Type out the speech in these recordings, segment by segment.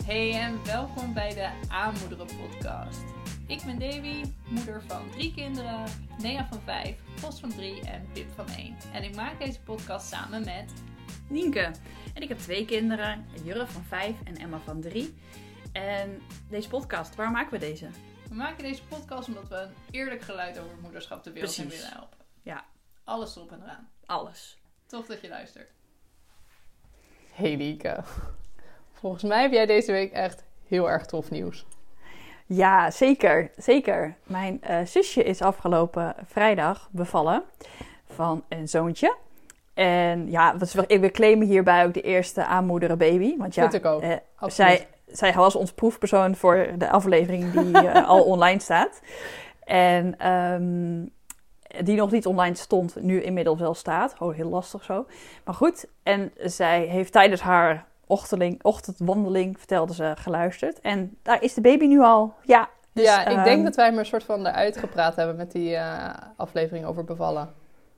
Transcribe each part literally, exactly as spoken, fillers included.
Hey en welkom bij de Aanmoederen podcast. Ik ben Davy, moeder van drie kinderen, Nea van vijf, Vos van drie en Pip van één. En ik maak deze podcast samen met Nienke. En ik heb twee kinderen, Jurre van vijf en Emma van drie. En deze podcast, waar maken we deze? We maken deze podcast omdat we een eerlijk geluid over moederschap de wereld in willen helpen. Ja. Alles erop en eraan. Alles. Tof dat je luistert. Hey Lieke, volgens mij heb jij deze week echt heel erg tof nieuws. Ja, zeker. Zeker. Mijn uh, zusje is afgelopen vrijdag bevallen van een zoontje. En ja, we claimen hierbij ook de eerste aanmoederen baby. Want ja, Vind ik ook. Uh, zij, zij was ons proefpersoon voor de aflevering die uh, al online staat. En um, die nog niet online stond, nu inmiddels wel staat. Oh, heel lastig zo. Maar goed, en zij heeft tijdens haar ochtendling, ochtendwandeling, vertelde ze, geluisterd. En daar is de baby nu al. Ja, dus, ja ik um, denk dat wij hem een soort van eruit gepraat hebben met die uh, aflevering over bevallen.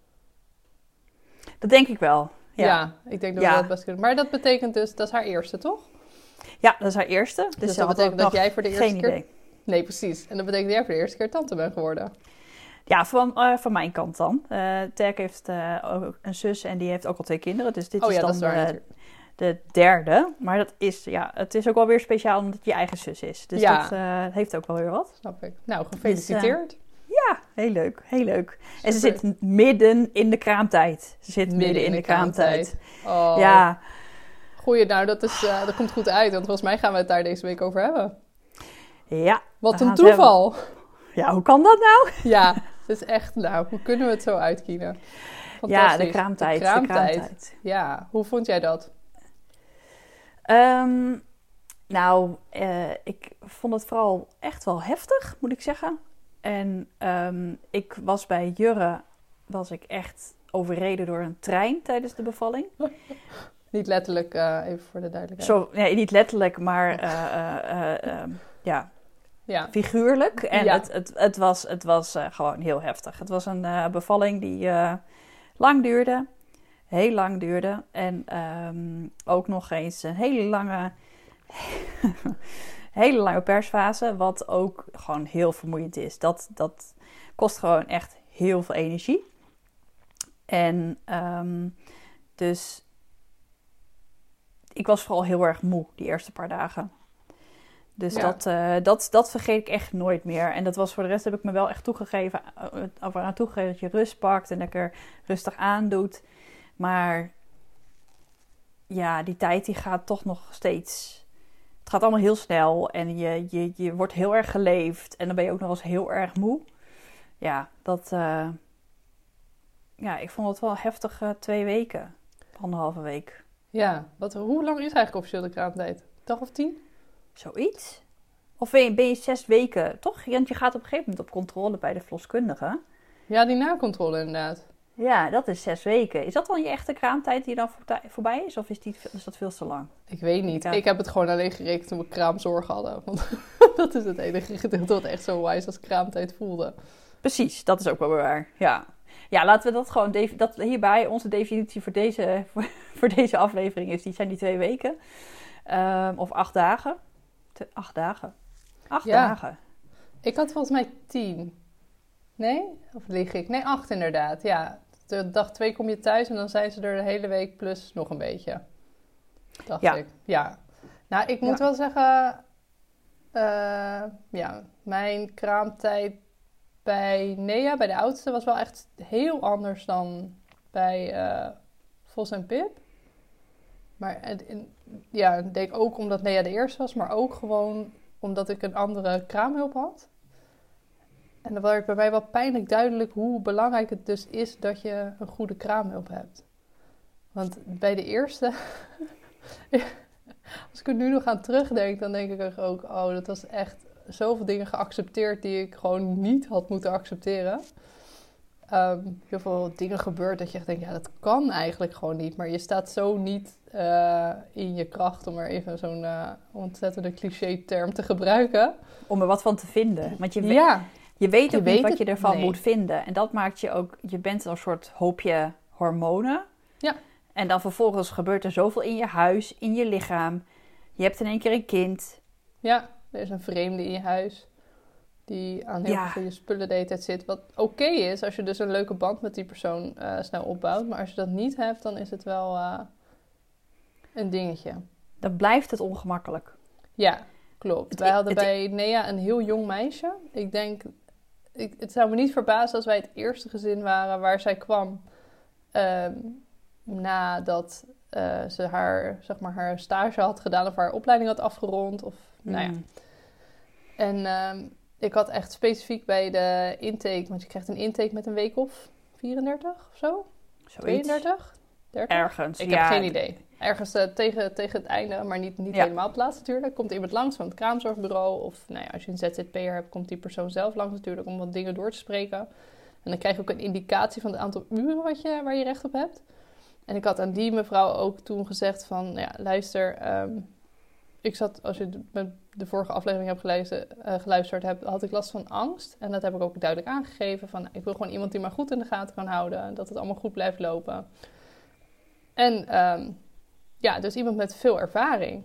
Dat denk ik wel. Ja, ja ik denk dat we ja. dat best kunnen. Maar dat betekent dus, dat is haar eerste, toch? Ja, dat is haar eerste. Dus, dus dat betekent dat jij voor de eerste geen keer... idee. Nee, precies. En dat betekent dat jij voor de eerste keer tante bent geworden. Ja, van, uh, van mijn kant dan. Uh, Terk heeft uh, ook een zus en die heeft ook al twee kinderen. Dus dit oh, is ja, dan dat is waar, uh, de derde. Maar dat is, ja, het is ook wel weer speciaal omdat het je eigen zus is. Dus ja. dat uh, heeft ook wel weer wat. Snap ik. Nou, gefeliciteerd. Dus, uh, ja, heel leuk. Heel leuk. Super. En ze zit midden in de kraamtijd. Ze zit midden, midden in de, de kraamtijd. kraamtijd. Oh. Ja. Goeie, nou dat, is, uh, dat komt goed uit. Want volgens mij gaan we het daar deze week over hebben. Ja. Wat een toeval. Ja, hoe kan dat nou? Ja, het is echt, nou, hoe kunnen we het zo uitkiezen? Ja, de kraamtijd, de kraamtijd. De kraamtijd. Ja, hoe vond jij dat? Um, nou, uh, ik vond het vooral echt wel heftig, moet ik zeggen. En um, ik was bij Jurre, was ik echt overreden door een trein tijdens de bevalling. Niet letterlijk, uh, even voor de duidelijkheid. Zo, nee, niet letterlijk, maar uh, uh, uh, uh, ja... Ja. Figuurlijk. En ja. het, het, het was, het was uh, gewoon heel heftig. Het was een uh, bevalling die uh, lang duurde. Heel lang duurde. En um, ook nog eens een hele lange... hele lange persfase. Wat ook gewoon heel vermoeiend is. Dat, dat kost gewoon echt heel veel energie. En um, dus... Ik was vooral heel erg moe die eerste paar dagen. Dus ja. dat, uh, dat, dat vergeet ik echt nooit meer. En dat was voor de rest heb ik me wel echt toegegeven, uh, aan toegegeven dat je rust pakt en lekker rustig aandoet. Maar ja, die tijd die gaat toch nog steeds... Het gaat allemaal heel snel en je, je, je wordt heel erg geleefd. En dan ben je ook nog eens heel erg moe. Ja, dat... Uh, ja, ik vond het wel heftig uh, twee weken. Anderhalve week. Ja, wat, hoe lang is eigenlijk officieel de kraamtijd? Dag of tien? Zoiets. Of ben je, ben je zes weken, toch? Want je gaat op een gegeven moment op controle bij de verloskundige. Ja, die nakontrole inderdaad. Ja, dat is zes weken. Is dat dan je echte kraamtijd die dan voorbij is? Of is, die, is dat veel te lang? Ik weet niet. Ja. Ik heb het gewoon alleen gerekend toen we kraamzorg hadden. Want dat is het enige gedeelte wat echt zo wijs als kraamtijd voelde. Precies, dat is ook wel waar. Ja, ja laten we dat gewoon... Dat hierbij onze definitie voor deze, voor, voor deze aflevering is. Die zijn die twee weken. Um, of acht dagen. Te, acht dagen. Acht ja. dagen. Ik had volgens mij tien. Nee? Of lieg ik? Nee, acht inderdaad. Ja. De dag twee kom je thuis en dan zijn ze er de hele week plus nog een beetje. Dacht ja. ik. Ja. Nou, ik moet ja. wel zeggen... Uh, ja, mijn kraamtijd bij Nea, bij de oudste, was wel echt heel anders dan bij uh, Vos en Pip. Maar en, ja, ik denk ook omdat Nea de eerste was, maar ook gewoon omdat ik een andere kraamhulp had. En dan werd bij mij wel pijnlijk duidelijk hoe belangrijk het dus is dat je een goede kraamhulp hebt. Want bij de eerste, als ik er nu nog aan terugdenk, dan denk ik ook, oh, dat was echt zoveel dingen geaccepteerd die ik gewoon niet had moeten accepteren. Um, heel veel dingen gebeurt dat je echt denkt, ja, dat kan eigenlijk gewoon niet. Maar je staat zo niet uh, in je kracht om er even zo'n uh, ontzettende cliché-term te gebruiken. Om er wat van te vinden. Want je, we- ja. je weet ook je niet weet wat het, je ervan nee. moet vinden. En dat maakt je ook, je bent een soort hoopje hormonen. Ja. En dan vervolgens gebeurt er zoveel in je huis, in je lichaam. Je hebt in één keer een kind. Ja, er is een vreemde in je huis. Die aan heel Ja. veel van je spullen de hele tijd zit. Wat oké is als je dus een leuke band met die persoon uh, snel opbouwt. Maar als je dat niet hebt, dan is het wel uh, een dingetje. Dan blijft het ongemakkelijk. Ja, klopt. Het, wij hadden het, bij Nea een heel jong meisje. Ik denk, ik, het zou me niet verbazen als wij het eerste gezin waren waar zij kwam. Um, nadat uh, ze haar, zeg maar, haar stage had gedaan of haar opleiding had afgerond. Of, mm. nou ja. En um, ik had echt specifiek bij de intake, want je krijgt een intake met een week of vierendertig of zo? Zoiets. tweeëndertig? dertig? Ergens, Ik ja. heb geen idee. Ergens uh, tegen, tegen het einde, maar niet, niet ja. helemaal plaats natuurlijk. Komt iemand langs van het kraamzorgbureau. Of nou ja, als je een Z Z P'er hebt, komt die persoon zelf langs natuurlijk om wat dingen door te spreken. En dan krijg je ook een indicatie van het aantal uren wat je, waar je recht op hebt. En ik had aan die mevrouw ook toen gezegd van, ja, luister, um, ik zat, als je de, de vorige aflevering hebt geluisterd, uh, geluisterd heb, had ik last van angst. En dat heb ik ook duidelijk aangegeven. Van, nou, ik wil gewoon iemand die me goed in de gaten kan houden. Dat het allemaal goed blijft lopen. En um, ja, dus iemand met veel ervaring.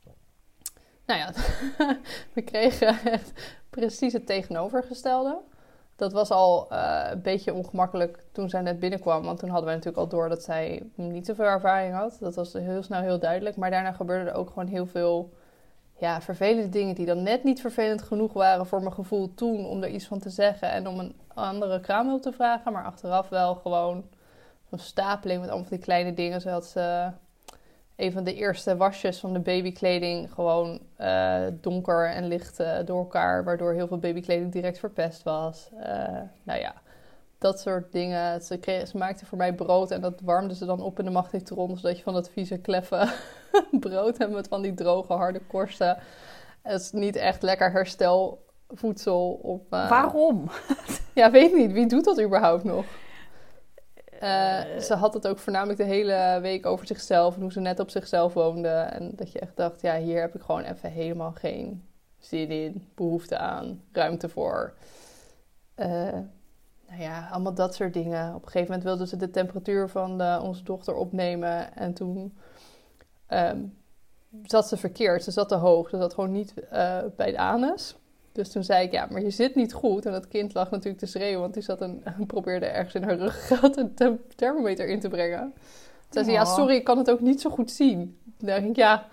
Nou ja, we kregen echt precies het tegenovergestelde. Dat was al uh, een beetje ongemakkelijk toen zij net binnenkwam. Want toen hadden wij natuurlijk al door dat zij niet zoveel ervaring had. Dat was heel snel heel duidelijk. Maar daarna gebeurde er ook gewoon heel veel ja, vervelende dingen die dan net niet vervelend genoeg waren voor mijn gevoel toen om er iets van te zeggen. En om een andere kraamhulp te vragen. Maar achteraf wel gewoon een stapeling met allemaal van die kleine dingen. Zoals uh, een van de eerste wasjes van de babykleding gewoon uh, donker en licht uh, door elkaar. Waardoor heel veel babykleding direct verpest was. Uh, nou ja, dat soort dingen. Ze, kreeg, ze maakte voor mij brood en dat warmde ze dan op in de magnetron. Zodat je van dat vieze kleffe brood hebt met van die droge harde korsten. Het is niet echt lekker herstelvoedsel. Op, uh... Waarom? Ja, weet niet. Wie doet dat überhaupt nog? Uh, ze had het ook voornamelijk de hele week over zichzelf en hoe ze net op zichzelf woonde. En dat je echt dacht, ja, hier heb ik gewoon even helemaal geen zin in, behoefte aan, ruimte voor. Uh, nou ja, allemaal dat soort dingen. Op een gegeven moment wilde ze de temperatuur van de, onze dochter opnemen. En toen um, zat ze verkeerd. Ze zat te hoog. Ze zat gewoon niet uh, bij de anus. Dus toen zei ik, ja, maar je zit niet goed. En dat kind lag natuurlijk te schreeuwen, want die zat een, probeerde ergens in haar ruggengraat een te- thermometer in te brengen. Toen zei ze, ja, sorry, ik kan het ook niet zo goed zien. Toen dacht ik, ja,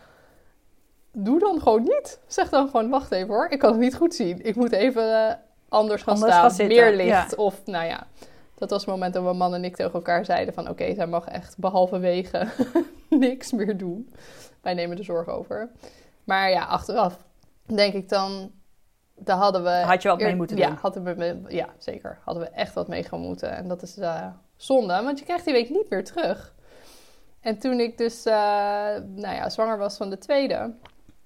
doe dan gewoon niet. Zeg dan gewoon, wacht even hoor, ik kan het niet goed zien. Ik moet even uh, anders gaan anders staan, gaan meer licht. Ja. Of, nou ja, dat was het moment dat mijn man en ik tegen elkaar zeiden van, oké, okay, zij mag echt behalve wegen niks meer doen. Wij nemen de zorg over. Maar ja, achteraf denk ik dan... Daar hadden we... Had je wat eer... mee moeten doen? Ja, hadden we, ja, zeker. Hadden we echt wat mee gaan moeten. En dat is uh, zonde, want je krijgt die week niet meer terug. En toen ik dus uh, nou ja, zwanger was van de tweede...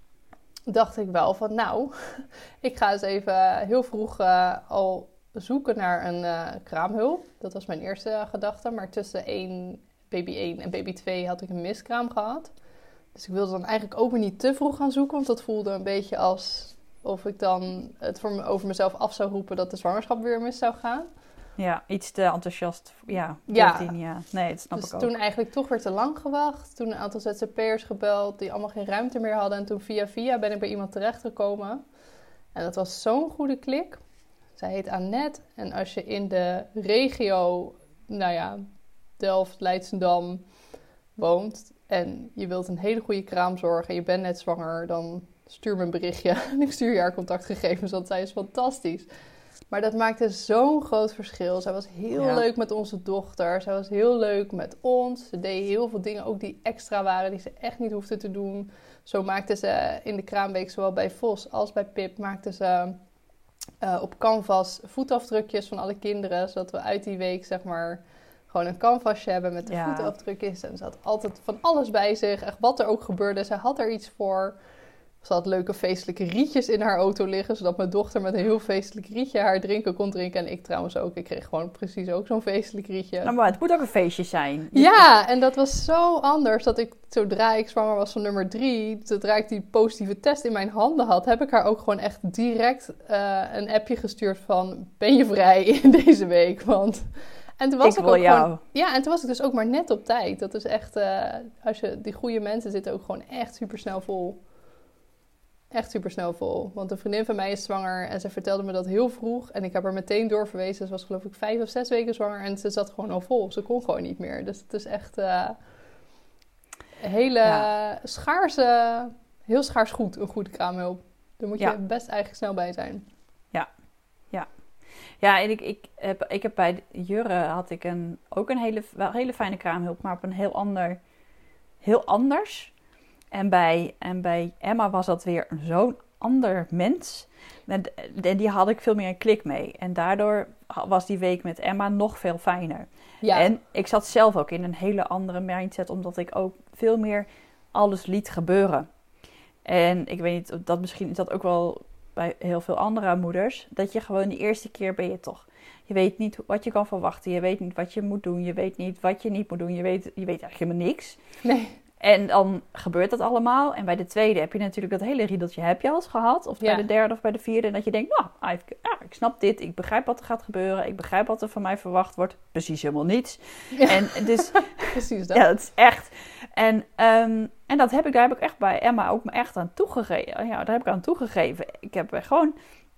dacht ik wel van nou... ik ga eens even heel vroeg uh, al zoeken naar een uh, kraamhulp. Dat was mijn eerste uh, gedachte. Maar tussen één, baby één en baby twee had ik een miskraam gehad. Dus ik wilde dan eigenlijk ook weer niet te vroeg gaan zoeken. Want dat voelde een beetje als... of ik dan het voor me, over mezelf af zou roepen dat de zwangerschap weer mis zou gaan. Ja, iets te enthousiast. Ja, ja. dertien, ja. Nee, dat snap dus ik ook. Toen eigenlijk toch weer te lang gewacht. Toen een aantal Z Z P'ers gebeld die allemaal geen ruimte meer hadden. En toen via via ben ik bij iemand terechtgekomen. En dat was zo'n goede klik. Zij heet Annette. En als je in de regio, nou ja, Delft, Leidschendam woont... en je wilt een hele goede kraamzorg en je bent net zwanger... dan stuur me een berichtje en ik stuur je haar contactgegevens, want zij is fantastisch. Maar dat maakte zo'n groot verschil. Zij was heel ja. leuk met onze dochter. Zij was heel leuk met ons. Ze deed heel veel dingen ook die extra waren, die ze echt niet hoefde te doen. Zo maakte ze in de kraamweek, zowel bij Vos als bij Pip, maakte ze uh, op canvas voetafdrukjes van alle kinderen. Zodat we uit die week, zeg maar, gewoon een canvasje hebben met de ja. voetafdrukjes. En ze had altijd van alles bij zich. Echt wat er ook gebeurde, zij had er iets voor. Ze had leuke feestelijke rietjes in haar auto liggen, zodat mijn dochter met een heel feestelijk rietje haar drinken kon drinken. En ik trouwens ook. Ik kreeg gewoon precies ook zo'n feestelijk rietje. Nou, maar het moet ook een feestje zijn. Je... Ja, en dat was zo anders dat ik, zodra ik zwanger was van nummer drie, zodra ik die positieve test in mijn handen had, heb ik haar ook gewoon echt direct uh, een appje gestuurd van, ben je vrij in deze week? Want... En toen was ik, ik wil ook jou. Gewoon, ja, en toen was ik dus ook maar net op tijd. Dat is echt, uh, als je, die goede mensen zitten ook gewoon echt super snel vol. echt super snel vol. Want een vriendin van mij is zwanger en ze vertelde me dat heel vroeg. En ik heb haar meteen doorverwezen. Ze was geloof ik vijf of zes weken zwanger en ze zat gewoon al vol. Ze kon gewoon niet meer. Dus het is echt uh, een hele ja. schaarse, heel schaars goed, een goede kraamhulp. Daar moet je ja. best eigenlijk snel bij zijn. Ja, ja. Ja, en ik, ik, heb, ik heb bij Jurre had ik een, ook een hele, wel hele fijne kraamhulp, maar op een heel ander, heel anders. En bij, en bij Emma was dat weer zo'n ander mens. En, en die had ik veel meer een klik mee. En daardoor was die week met Emma nog veel fijner. Ja. En ik zat zelf ook in een hele andere mindset, omdat ik ook veel meer alles liet gebeuren. En ik weet niet, dat misschien is dat ook wel bij heel veel andere moeders, dat je gewoon de eerste keer ben je toch. Je weet niet wat je kan verwachten, je weet niet wat je moet doen, je weet niet wat je niet moet doen, je weet, je weet eigenlijk helemaal niks. Nee. En dan gebeurt dat allemaal. En bij de tweede heb je natuurlijk dat hele riedeltje heb je al eens gehad. Of bij ja. de derde of bij de vierde. En dat je denkt, nou, ik, ja, ik snap dit. Ik begrijp wat er gaat gebeuren. Ik begrijp wat er van mij verwacht wordt. Precies helemaal niets. Ja. En dus, precies dat. Ja, dat is echt. En, um, en dat heb ik, daar heb ik echt bij Emma ook me echt aan toegegeven. Ja, daar heb ik aan toegegeven. Ik heb gewoon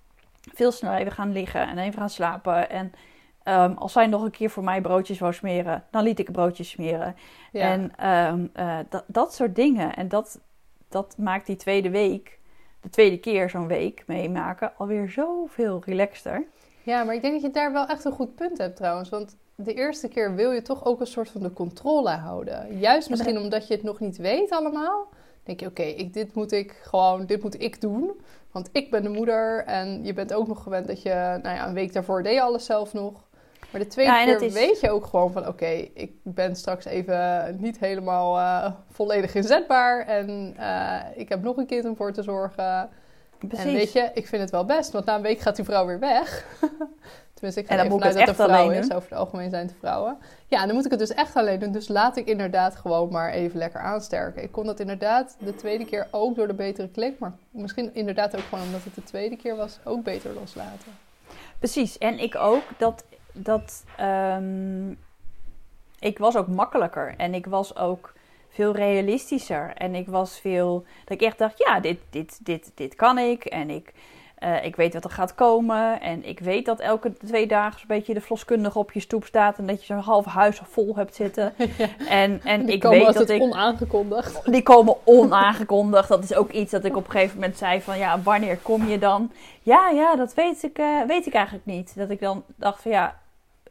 veel sneller even gaan liggen en even gaan slapen. En Um, als zij nog een keer voor mij broodjes wou smeren, dan liet ik broodjes smeren. Ja. En um, uh, dat, dat soort dingen. En dat, dat maakt die tweede week, de tweede keer zo'n week meemaken, alweer zoveel relaxter. Ja, maar ik denk dat je daar wel echt een goed punt hebt trouwens. Want de eerste keer wil je toch ook een soort van de controle houden. Juist misschien omdat je het nog niet weet allemaal. Dan denk je, oké, okay, dit moet ik gewoon, dit moet ik doen. Want ik ben de moeder en je bent ook nog gewend dat je, nou ja, een week daarvoor deed je alles zelf nog. Maar de tweede ja, keer is... weet je ook gewoon van... oké, okay, ik ben straks even niet helemaal uh, volledig inzetbaar... en uh, ik heb nog een kind om voor te zorgen. Precies. En weet je, ik vind het wel best... want na een week gaat die vrouw weer weg. Tenminste, ik ga en dan even moet vanuit het dat echt een vrouw alleen is. doen. Over het algemeen zijn het vrouwen. Ja, dan moet ik het dus echt alleen doen. Dus laat ik inderdaad gewoon maar even lekker aansterken. Ik kon dat inderdaad de tweede keer ook door de betere klik... maar misschien inderdaad ook gewoon omdat het de tweede keer was... ook beter loslaten. Precies, en ik ook... dat dat um, ik was ook makkelijker en ik was ook veel realistischer en ik was veel dat ik echt dacht ja dit dit dit dit kan ik en ik uh, ik weet wat er gaat komen en ik weet dat elke twee dagen zo'n beetje de verloskundige op je stoep staat en dat je zo'n half huis vol hebt zitten ja. en en die ik komen weet dat ik onaangekondigd die komen onaangekondigd. Dat is ook iets dat ik op een gegeven moment zei van ja, wanneer kom je dan? Ja, ja, dat weet ik, uh, weet ik eigenlijk niet. Dat ik dan dacht van ja,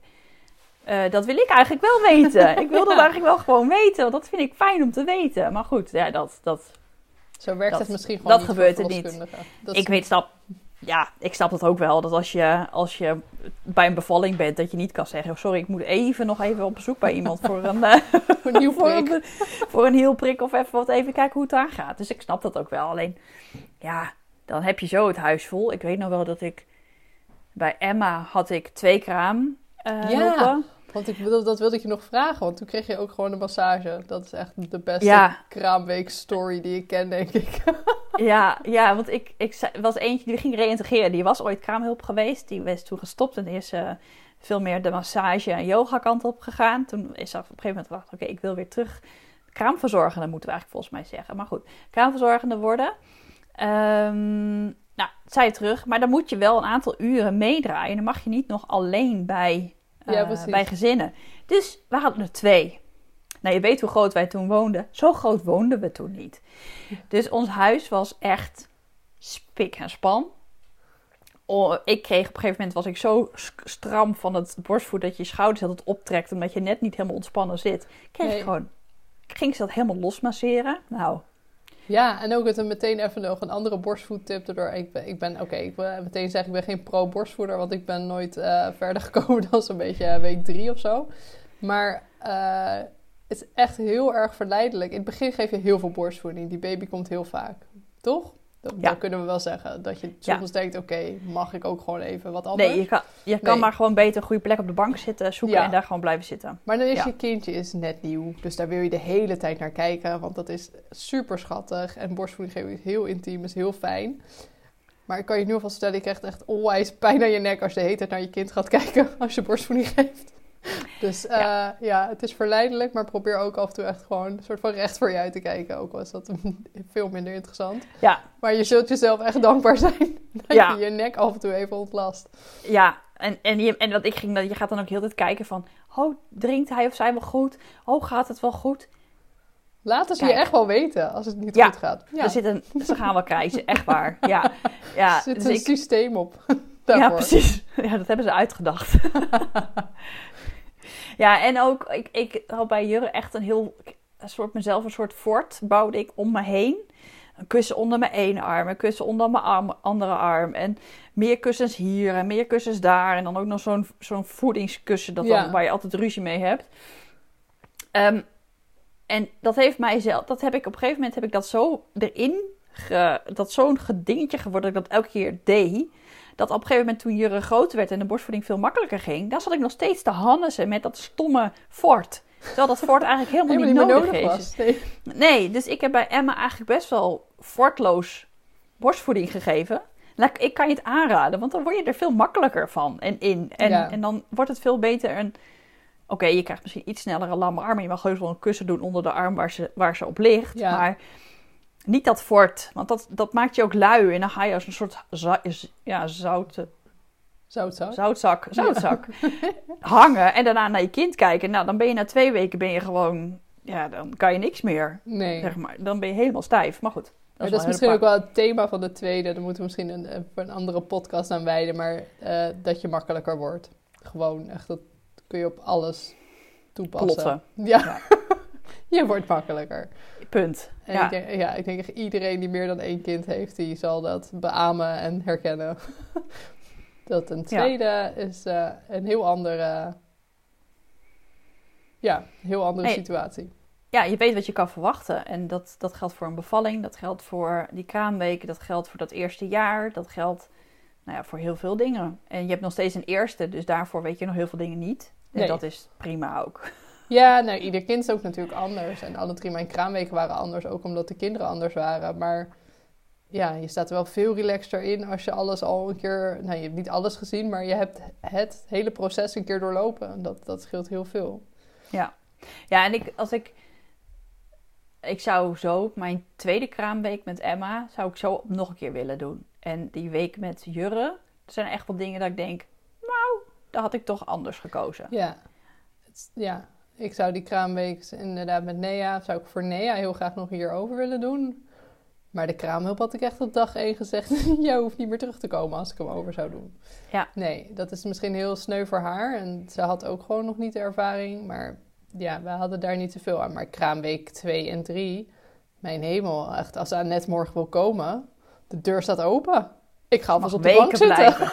uh, dat wil ik eigenlijk wel weten. Ik wil dat ja. eigenlijk wel gewoon weten, want dat vind ik fijn om te weten. Maar goed, ja, dat... dat Zo werkt dat, het misschien gewoon dat niet gebeurt voor het niet. Dat ik weet, snap... Ja, ik snap dat ook wel. Dat als je, als je bij een bevalling bent, dat je niet kan zeggen... sorry, ik moet even nog even op bezoek bij iemand voor een, uh, voor een hielprik. voor, een, voor een hielprik of even wat even kijken hoe het daar gaat. Dus ik snap dat ook wel. Alleen, ja, dan heb je zo het huis vol. Ik weet nog wel dat ik... Bij Emma had ik twee kraam uh, ja, lopen. Want ik, dat, dat wilde ik je nog vragen. Want toen kreeg je ook gewoon een massage. Dat is echt de beste ja. kraamweek-story die ik ken, denk ik. Ja, ja, want ik, ik was eentje die ging reïntegreren. Die was ooit kraamhulp geweest. Die was toen gestopt en is uh, veel meer de massage- en yoga-kant op gegaan. Toen is ze op een gegeven moment gedacht, oké, okay, ik wil weer terug. Kraamverzorgende moeten we eigenlijk volgens mij zeggen. Maar goed, kraamverzorgende worden. Um, nou, zei terug. Maar dan moet je wel een aantal uren meedraaien. Dan mag je niet nog alleen bij, uh, ja, bij gezinnen. Dus we hadden er twee. Nou, je weet hoe groot wij toen woonden. Zo groot woonden we toen niet. Dus ons huis was echt spik en span. Oh, ik kreeg op een gegeven moment, was ik zo stram van het borstvoer dat je je schouders altijd optrekt, omdat je net niet helemaal ontspannen zit. Kreeg nee. ik gewoon, ging ze dat helemaal losmasseren. Nou. Ja, en ook het meteen even nog een andere borstvoedtip erdoor. Ik ben, ik ben oké, okay, ik wil meteen zeggen, ik ben geen pro-borstvoeder, want ik ben nooit uh, verder gekomen dan zo'n beetje week drie of zo. Maar uh, het is echt heel erg verleidelijk. In het begin geef je heel veel borstvoeding. Die baby komt heel vaak, toch? Dat, ja. Dan kunnen we wel zeggen. Dat je soms ja. denkt, oké, okay, mag ik ook gewoon even wat anders? Nee, je kan, je kan nee. maar gewoon beter een goede plek op de bank zitten, zoeken ja. en daar gewoon blijven zitten. Maar dan is ja. je kindje is net nieuw. Dus daar wil je de hele tijd naar kijken. Want dat is super schattig. En borstvoeding geven is heel intiem, is heel fijn. Maar ik kan je nu alvast vertellen, je krijgt echt onwijs pijn aan je nek als je de hele tijd naar je kind gaat kijken als je borstvoeding geeft. Dus uh, ja. ja, het is verleidelijk, maar probeer ook af en toe echt gewoon een soort van recht voor je uit te kijken. Ook al is dat veel minder interessant. Ja. Maar je zult jezelf echt dankbaar zijn dat ja. je je nek af en toe even ontlast. Ja, en, en, je, en wat ik ging, je gaat dan ook heel de tijd kijken van, oh, drinkt hij of zij wel goed? Oh, gaat het wel goed? Laten ze Kijk. je echt wel weten als het niet ja. goed gaat. Ja, er zit een, ze gaan wel krijgen, echt waar. Ja, ja, er zit dus een ik, systeem op. Ja, precies. Ja, dat hebben ze uitgedacht. Ja, en ook, ik, ik had bij Jurre echt een heel, een soort mezelf een soort fort bouwde ik om me heen. Een kussen onder mijn ene arm, een kussen onder mijn arm, andere arm. En meer kussens hier en meer kussens daar. En dan ook nog zo'n, zo'n voedingskussen dat ja. dan, waar je altijd ruzie mee hebt. Um, en dat heeft mij zelf, dat heb ik op een gegeven moment heb ik dat zo erin, ge, dat zo'n gedingetje geworden dat ik dat elke keer deed. Dat op een gegeven moment toen Jurre groter werd en de borstvoeding veel makkelijker ging, daar zat ik nog steeds te hannezen met dat stomme fort. Terwijl dat fort eigenlijk helemaal, helemaal niet, niet nodig, nodig is. Was, nee. nee, dus ik heb bij Emma eigenlijk best wel fortloos borstvoeding gegeven. Nou, ik kan je het aanraden, want dan word je er veel makkelijker van en in. En, ja. en dan wordt het veel beter. En oké, okay, je krijgt misschien iets sneller een lamme arm. Je mag heus wel een kussen doen onder de arm waar ze, waar ze op ligt. Ja. Maar niet dat fort, want dat, dat maakt je ook lui. En dan ga je als een soort za- ja, zout, zoutzak, zoutzak, zoutzak ja. hangen. En daarna naar je kind kijken. Nou, dan ben je na twee weken ben je gewoon, ja, dan kan je niks meer. Nee. Zeg maar. Dan ben je helemaal stijf. Maar goed. Dat maar is, dat is misschien ook wel het thema van de tweede. Daar moeten we misschien een, een andere podcast aan wijden. Maar uh, dat je makkelijker wordt. Gewoon echt, dat kun je op alles toepassen. Plotten. Ja. ja. Je wordt makkelijker. Punt. En ja. Ik denk, ja, ik denk echt iedereen die meer dan één kind heeft, die zal dat beamen en herkennen. Dat een tweede ja. is uh, een heel andere, ja, heel andere nee. situatie. Ja, je weet wat je kan verwachten. En dat, dat geldt voor een bevalling, dat geldt voor die kraamweken, dat geldt voor dat eerste jaar, dat geldt nou ja, voor heel veel dingen. En je hebt nog steeds een eerste, dus daarvoor weet je nog heel veel dingen niet. En nee. dat is prima ook. Ja, nou, ieder kind is ook natuurlijk anders. En alle drie mijn kraamweken waren anders, ook omdat de kinderen anders waren. Maar ja, je staat er wel veel relaxter in als je alles al een keer... Nou, je hebt niet alles gezien, maar je hebt het hele proces een keer doorlopen. Dat, dat scheelt heel veel. Ja, ja en ik, als ik... Ik zou zo mijn tweede kraamweek met Emma, zou ik zo nog een keer willen doen. En die week met Jurre, er zijn echt wel dingen dat ik denk... Nou, dat had ik toch anders gekozen. Ja, het, ja. Ik zou die kraamweek inderdaad met Nea, zou ik voor Nea heel graag nog hierover willen doen. Maar de kraamhulp had ik echt op dag één gezegd, jij hoeft niet meer terug te komen als ik hem over zou doen. Ja. Nee, dat is misschien heel sneu voor haar. En ze had ook gewoon nog niet de ervaring. Maar ja, we hadden daar niet zoveel aan. Maar kraamweek twee en drie, mijn hemel, echt als Annette morgen wil komen, de deur staat open. Ik ga alvast op de bank zitten.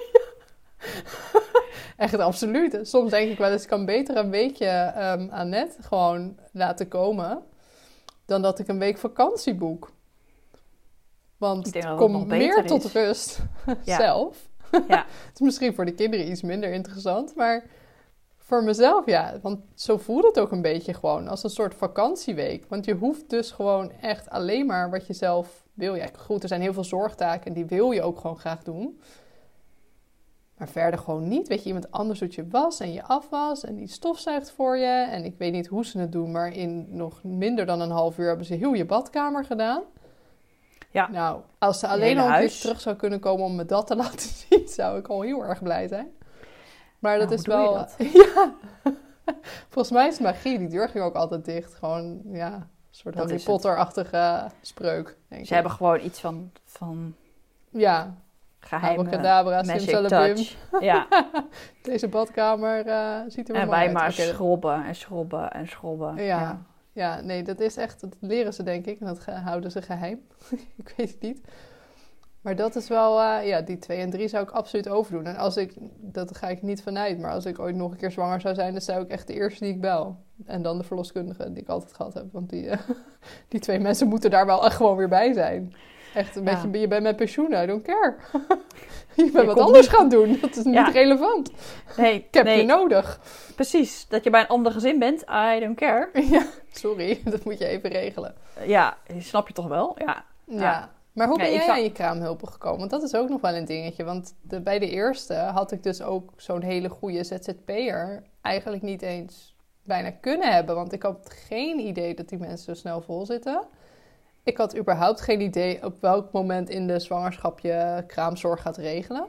Echt, absoluut. Soms denk ik wel eens, ik kan beter een weekje um, Annette gewoon laten komen, dan dat ik een week vakantie boek. Want ik kom meer tot rust ja. zelf. Ja. Het is misschien voor de kinderen iets minder interessant, maar voor mezelf ja. Want zo voelt het ook een beetje gewoon, als een soort vakantieweek. Want je hoeft dus gewoon echt alleen maar wat je zelf wil. Ja, goed, er zijn heel veel zorgtaken en die wil je ook gewoon graag doen. Maar verder gewoon niet. Weet je, iemand anders doet je was en je afwas en die stofzuigt voor je. En ik weet niet hoe ze het doen, maar in nog minder dan een half uur hebben ze heel je badkamer gedaan. Ja. Nou, als ze alleen al een keer terug zou kunnen komen om me dat te laten zien, zou ik al heel erg blij zijn. Maar dat nou, is wel... Dat? Ja. Volgens mij is het magie. Die deur ging ook altijd dicht. Gewoon, ja, een soort Harry Potter-achtige spreuk. Denk ze ik. hebben gewoon iets van... van... Ja. Geheime Abracadabra, simsalabim. Ja. Deze badkamer uh, ziet er wel en mooi uit. En wij maar okay, schrobben en schrobben en schrobben. Ja. ja, ja, nee, dat is echt, dat leren ze denk ik. En dat ge- houden ze geheim. Ik weet het niet. Maar dat is wel, uh, ja, die twee en drie zou ik absoluut overdoen. En als ik, dat ga ik niet vanuit, maar als ik ooit nog een keer zwanger zou zijn, dan zou ik echt de eerste die ik bel. En dan de verloskundige die ik altijd gehad heb. Want die, uh, die twee mensen moeten daar wel echt gewoon weer bij zijn. Echt een beetje, ja. Je bent met pensioen, I don't care. Je bent wat anders niet gaan doen. Dat is niet ja. relevant. Nee, ik heb nee. je nodig. Precies, dat je bij een ander gezin bent, I don't care. Ja, sorry, dat moet je even regelen. Ja, snap je toch wel? Ja. Ja, Maar hoe Ja, ben ik jij zou- aan je kraamhulpen gekomen? Want dat is ook nog wel een dingetje. Want de, bij de eerste had ik dus ook zo'n hele goede Z Z P'er eigenlijk niet eens bijna kunnen hebben. Want ik had geen idee dat die mensen zo snel vol zitten. Ik had überhaupt geen idee op welk moment in de zwangerschap je kraamzorg gaat regelen.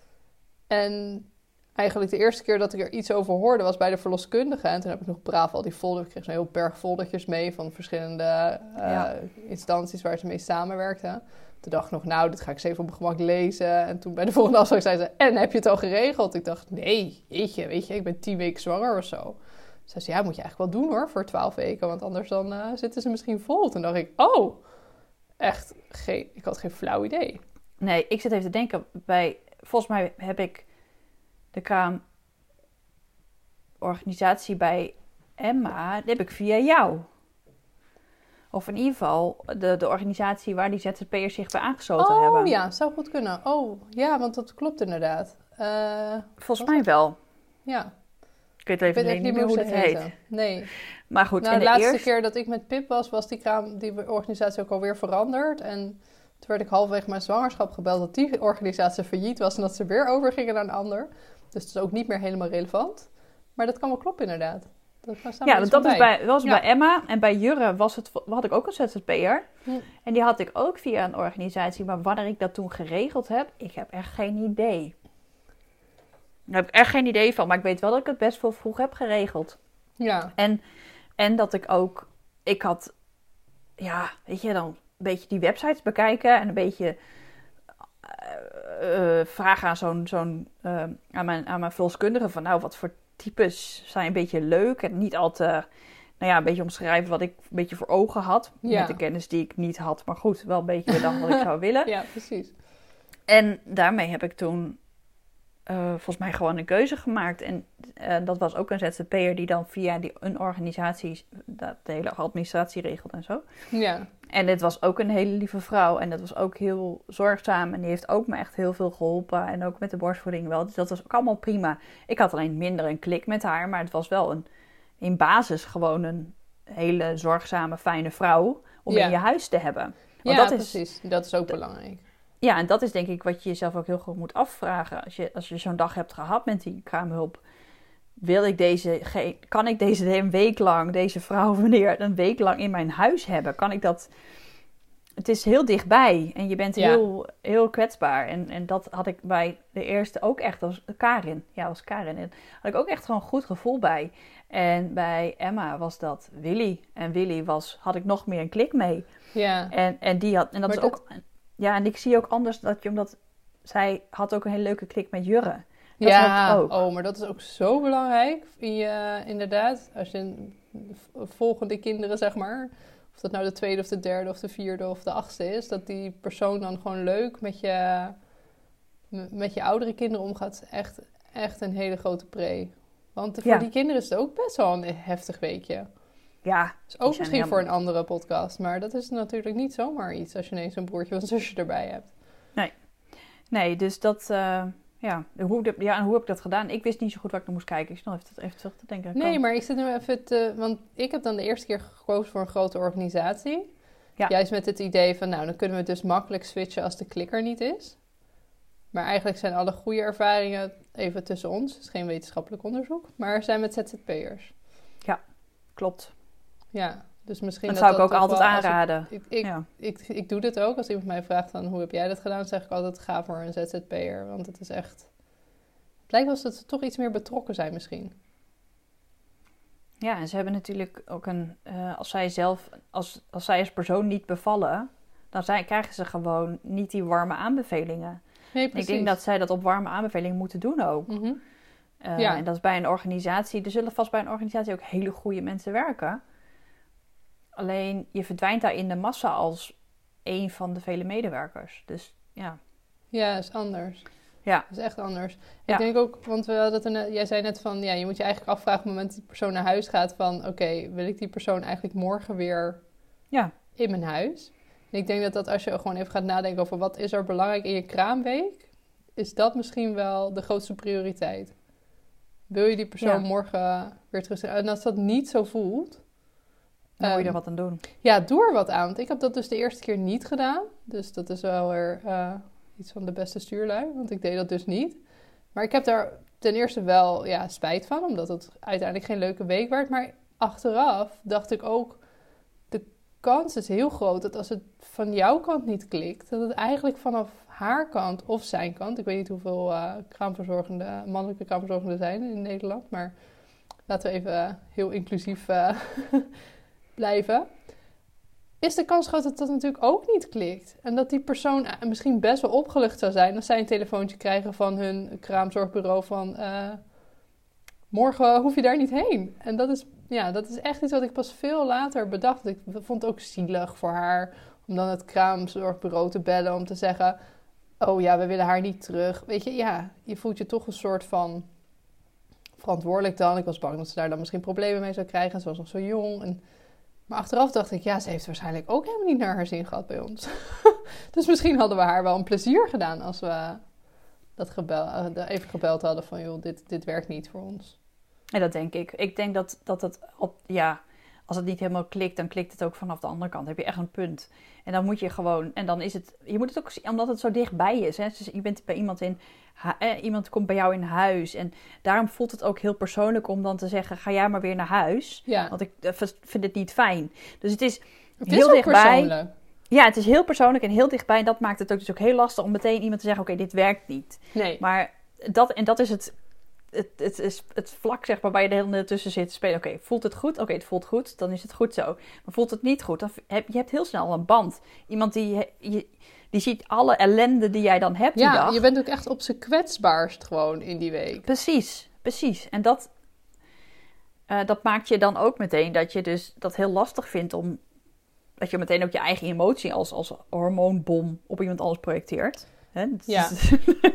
En eigenlijk de eerste keer dat ik er iets over hoorde was bij de verloskundige. En toen heb ik nog braaf al die folders. Ik kreeg zo'n heel berg foldertjes mee van verschillende uh, Ja. instanties waar ze mee samenwerkten. Toen dacht ik nog, nou, dit ga ik eens even op mijn gemak lezen. En toen bij de volgende afspraak zei ze, en heb je het al geregeld? Ik dacht, nee, jeetje, weet je, ik ben tien weken zwanger of zo. Ze zei, ja, moet je eigenlijk wel doen hoor, voor twaalf weken. Want anders dan uh, zitten ze misschien vol. Toen dacht ik, oh, echt, geen, ik had geen flauw idee. Nee, ik zit even te denken. Bij, volgens mij heb ik de kraamorganisatie bij Emma, die heb ik via jou. Of in ieder geval de, de organisatie waar die Z Z P'ers zich bij aangesloten Oh hebben. ja, zou goed kunnen. Oh ja, want dat klopt inderdaad. Uh, Volgens mij wel. Ja. Ik weet Ik even weet echt niet meer hoe ze het heet. heten. Nee. Maar goed, Nou, in de de laatste eerste... keer dat ik met Pip was, was die, kraam, die organisatie ook alweer veranderd. En toen werd ik halverwege mijn zwangerschap gebeld dat die organisatie failliet was en dat ze weer overgingen naar een ander. Dus het is ook niet meer helemaal relevant. Maar dat kan wel kloppen inderdaad. Dat ja, dat is bij, was ja. bij Emma. En bij Jurre was het, had ik ook een Z Z P'er. Hm. En die had ik ook via een organisatie. Maar wanneer ik dat toen geregeld heb, ik heb echt geen idee. Daar heb ik echt geen idee van. Maar ik weet wel dat ik het best wel vroeg heb geregeld. Ja. En, en dat ik ook... Ik had... Ja, weet je, dan een beetje die websites bekijken. En een beetje... Uh, uh, vragen aan zo'n... zo'n uh, aan, mijn, aan mijn verloskundige van... Nou, wat voor types zijn een beetje leuk. En niet al te... Nou ja, een beetje omschrijven wat ik een beetje voor ogen had. Ja. Met de kennis die ik niet had. Maar goed, wel een beetje bedacht wat ik zou willen. Ja, precies. En daarmee heb ik toen... Uh, volgens mij gewoon een keuze gemaakt. En uh, dat was ook een Z Z P'er die dan via die, een organisatie dat de hele administratie regelt en zo. Ja. En dit was ook een hele lieve vrouw. En dat was ook heel zorgzaam. En die heeft ook me echt heel veel geholpen. En ook met de borstvoeding wel. Dus dat was ook allemaal prima. Ik had alleen minder een klik met haar. Maar het was wel een, in basis gewoon een hele zorgzame, fijne vrouw. Om ja. in je huis te hebben. Want ja, dat is, precies. Dat is ook d- belangrijk. Ja, en dat is denk ik wat je jezelf ook heel goed moet afvragen. Als je, als je zo'n dag hebt gehad met die kraamhulp. Wil ik deze, kan ik deze een week lang, deze vrouw wanneer een week lang in mijn huis hebben? Kan ik dat... Het is heel dichtbij en je bent Ja. heel, heel kwetsbaar. En, en dat had ik bij de eerste ook echt, als Karin. Ja, was Karin. En had ik ook echt gewoon een goed gevoel bij. En bij Emma was dat Willy. En Willy was, had ik nog meer een klik mee. Ja. En, en die had, en dat Maar is dat- ook... Ja, en ik zie ook anders dat je, omdat zij had ook een hele leuke klik met Jurre. Dat ja, helpt ook. oh, maar dat is ook zo belangrijk. In je, inderdaad, als je een- volgende kinderen, zeg maar, of dat nou de tweede of de derde of de vierde of de achtste is, dat die persoon dan gewoon leuk met je, m- met je oudere kinderen omgaat, is echt, echt een hele grote pre. Want voor Ja. die kinderen is het ook best wel een heftig weekje. Ja, Is Die ook zijn misschien voor helemaal- een andere podcast, maar dat is natuurlijk niet zomaar iets als je ineens een broertje of een zusje erbij hebt. nee, dus dat... uh, ja, hoe, de, ja, en hoe heb ik dat gedaan? Ik wist niet zo goed waar ik naar moest kijken. Ik snel even, even terug te denken. Nee, Kan. maar ik zit nu even te... Want ik heb dan de eerste keer gekozen voor een grote organisatie. Ja. Juist met het idee van, nou, dan kunnen we dus makkelijk switchen als de klikker niet is. Maar eigenlijk zijn alle goede ervaringen, even tussen ons, het is geen wetenschappelijk onderzoek, maar zijn met Z Z P'ers. Klopt. Ja, dus misschien... Dat dat zou ik dat ook toch altijd wel als ik- aanraden. Ik, ik, ja. ik, ik doe dit ook. Als iemand mij vraagt van, hoe heb jij dat gedaan? Dan zeg ik altijd, ga voor een Z Z P'er. Want het is echt... Het lijkt wel alsof ze toch iets meer betrokken zijn misschien. ja, en ze hebben natuurlijk ook een... Uh, als zij zelf... Als, als zij als persoon niet bevallen... Dan zijn, krijgen ze gewoon niet die warme aanbevelingen. Nee, Ik precies. denk dat zij dat op warme aanbevelingen moeten doen ook. Mhm. Uh, Ja. En dat is bij een organisatie... Er zullen vast bij een organisatie ook hele goede mensen werken. Alleen je verdwijnt daar in de massa als een van de vele medewerkers. Dus ja. Ja, is anders. Ja. Dat is echt anders. Ja. Ik denk ook, want we hadden het er net, jij zei net van, ja, je moet je eigenlijk afvragen op het moment dat die persoon naar huis gaat van, oké, okay, wil ik die persoon eigenlijk morgen weer Ja. in mijn huis? En ik denk dat dat als je gewoon even gaat nadenken over wat is er belangrijk in je kraamweek, is dat misschien wel de grootste prioriteit. Wil je die persoon Ja. morgen weer terug? En als dat niet zo voelt, Dan moet je Um, er wat aan doen. Ja, doe er wat aan. Want ik heb dat dus de eerste keer niet gedaan. Dus dat is wel weer uh, iets van de beste stuurlui. Want ik deed dat dus niet. Maar ik heb daar ten eerste wel ja, spijt van. Omdat het uiteindelijk geen leuke week werd. Maar achteraf dacht ik ook... De kans is heel groot dat als het van jouw kant niet klikt... dat het eigenlijk vanaf haar kant of zijn kant... Ik weet niet hoeveel uh, kraamverzorgende, mannelijke kraamverzorgenden zijn in Nederland. Maar laten we even uh, heel inclusief uh, blijven... is de kans groot dat dat natuurlijk ook niet klikt. En dat die persoon misschien best wel opgelucht zou zijn... als zij een telefoontje krijgen van hun kraamzorgbureau van... Uh, morgen hoef je daar niet heen. En dat is, ja, dat is echt iets wat ik pas veel later bedacht. Ik vond het ook zielig voor haar... om dan het kraamzorgbureau te bellen om te zeggen... oh ja, we willen haar niet terug. Weet je, ja, je voelt je toch een soort van... verantwoordelijk dan. Ik was bang dat ze daar dan misschien problemen mee zou krijgen. Ze was nog zo jong. En... Maar achteraf dacht ik, ja, ze heeft waarschijnlijk ook helemaal niet naar haar zin gehad bij ons. Dus misschien hadden we haar wel een plezier gedaan als we dat gebel, even gebeld hadden van, joh, dit, dit werkt niet voor ons. En dat denk ik. Ik denk dat, dat het op, ja, als het niet helemaal klikt, dan klikt het ook vanaf de andere kant. Dan heb je echt een punt. En dan moet je gewoon, en dan is het, je moet het ook, omdat het zo dichtbij is. Hè? Dus je bent bij iemand in, eh, iemand komt bij jou in huis. En daarom voelt het ook heel persoonlijk om dan te zeggen, ga jij maar weer naar huis. Ja. Want ik uh, vind het niet fijn. Dus het is Het heel is ook dichtbij. persoonlijk. Ja, het is heel persoonlijk en heel dichtbij. En dat maakt het ook dus ook heel lastig om meteen iemand te zeggen, oké, okay, dit werkt niet. Nee. Maar dat, en dat is het, het, het, is het vlak, zeg maar, waar je de hele tijd tussen zit te spelen. Oké, okay, voelt het goed? Oké, okay, het voelt goed. Dan is het goed zo. Maar voelt het niet goed? Dan heb je hebt heel snel een band. Iemand die, je, die ziet alle ellende die jij dan hebt Ja, die dag. je bent ook echt op z'n kwetsbaarst gewoon in die week. Precies, precies. En dat, uh, dat maakt je dan ook meteen dat je dus dat heel lastig vindt om... dat je meteen ook je eigen emotie als, als hormoonbom op iemand anders projecteert. Hè? Ja. Is...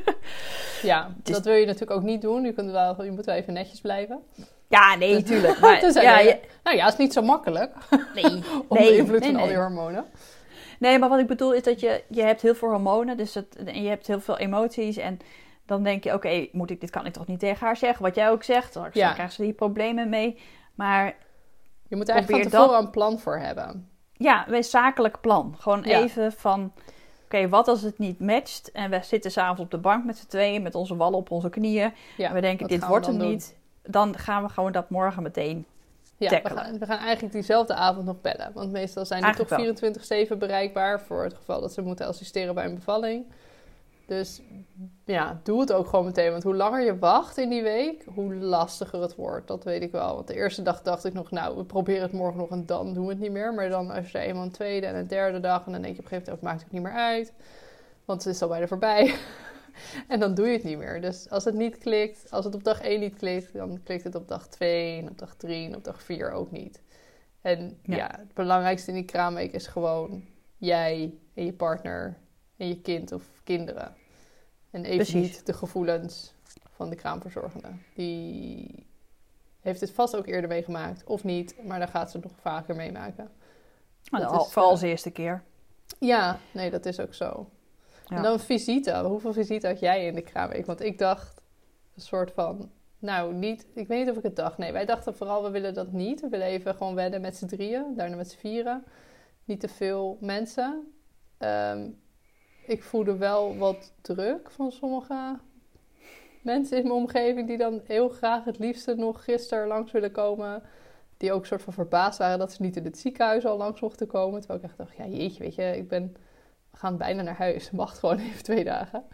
ja, is... dat wil je natuurlijk ook niet doen. Je, kunt wel, je moet wel even netjes blijven. Ja, nee, natuurlijk. Maar, dus ja, je... je... Nou ja, het is niet zo makkelijk. Nee, om nee, de invloed nee, van nee. al die hormonen. Nee, maar wat ik bedoel is dat je, je hebt heel veel hormonen. Dus het, en je hebt heel veel emoties. En dan denk je, oké, okay, moet ik dit kan ik toch niet tegen haar zeggen. Wat jij ook zegt. Dan ja. krijgen ze hier problemen mee. Maar je moet er eigenlijk van tevoren dat... een plan voor hebben. Ja, een zakelijk plan. Gewoon ja. even van... Oké, okay, wat als het niet matcht? En we zitten s'avonds op de bank met z'n tweeën... met onze wallen op onze knieën. Ja, en we denken, dit wordt hem niet. Dan gaan we gewoon dat morgen meteen ja, tackelen. We gaan, we gaan eigenlijk diezelfde avond nog bellen. Want meestal zijn die eigenlijk toch vierentwintig zeven bereikbaar... voor het geval dat ze moeten assisteren bij een bevalling. Dus ja, doe het ook gewoon meteen. Want hoe langer je wacht in die week, hoe lastiger het wordt. Dat weet ik wel. Want de eerste dag dacht ik nog, nou, we proberen het morgen nog en dan doen we het niet meer. Maar dan als je er eenmaal een tweede en een derde dag... en dan denk je op een gegeven moment, maakt het niet meer uit. Want het is al bijna voorbij. En dan doe je het niet meer. Dus als het niet klikt, als het op dag één niet klikt... dan klikt het op dag twee en op dag drie en op dag vier ook niet. En ja, ja het belangrijkste in die kraamweek is gewoon jij en je partner... en je kind of kinderen. En even Precies. niet de gevoelens van de kraamverzorgende. Die heeft het vast ook eerder meegemaakt. Of niet, maar dan gaat ze het nog vaker meemaken. Nou, al, is, vooral als uh, eerste keer. Ja, nee, dat is ook zo. Ja. En dan visite. Hoeveel visite had jij in de kraamweek? Want ik dacht een soort van... Nou, niet... Ik weet niet of ik het dacht. Nee, wij dachten vooral, we willen dat niet. We willen even gewoon wedden met z'n drieën. Daarna met z'n vieren. Niet te veel mensen. Um, Ik voelde wel wat druk van sommige mensen in mijn omgeving... die dan heel graag het liefste nog gisteren langs willen komen. Die ook een soort van verbaasd waren dat ze niet in het ziekenhuis al langs mochten komen. Terwijl ik echt dacht, ja jeetje, weet je, ik ben... we gaan bijna naar huis. Wacht gewoon even twee dagen.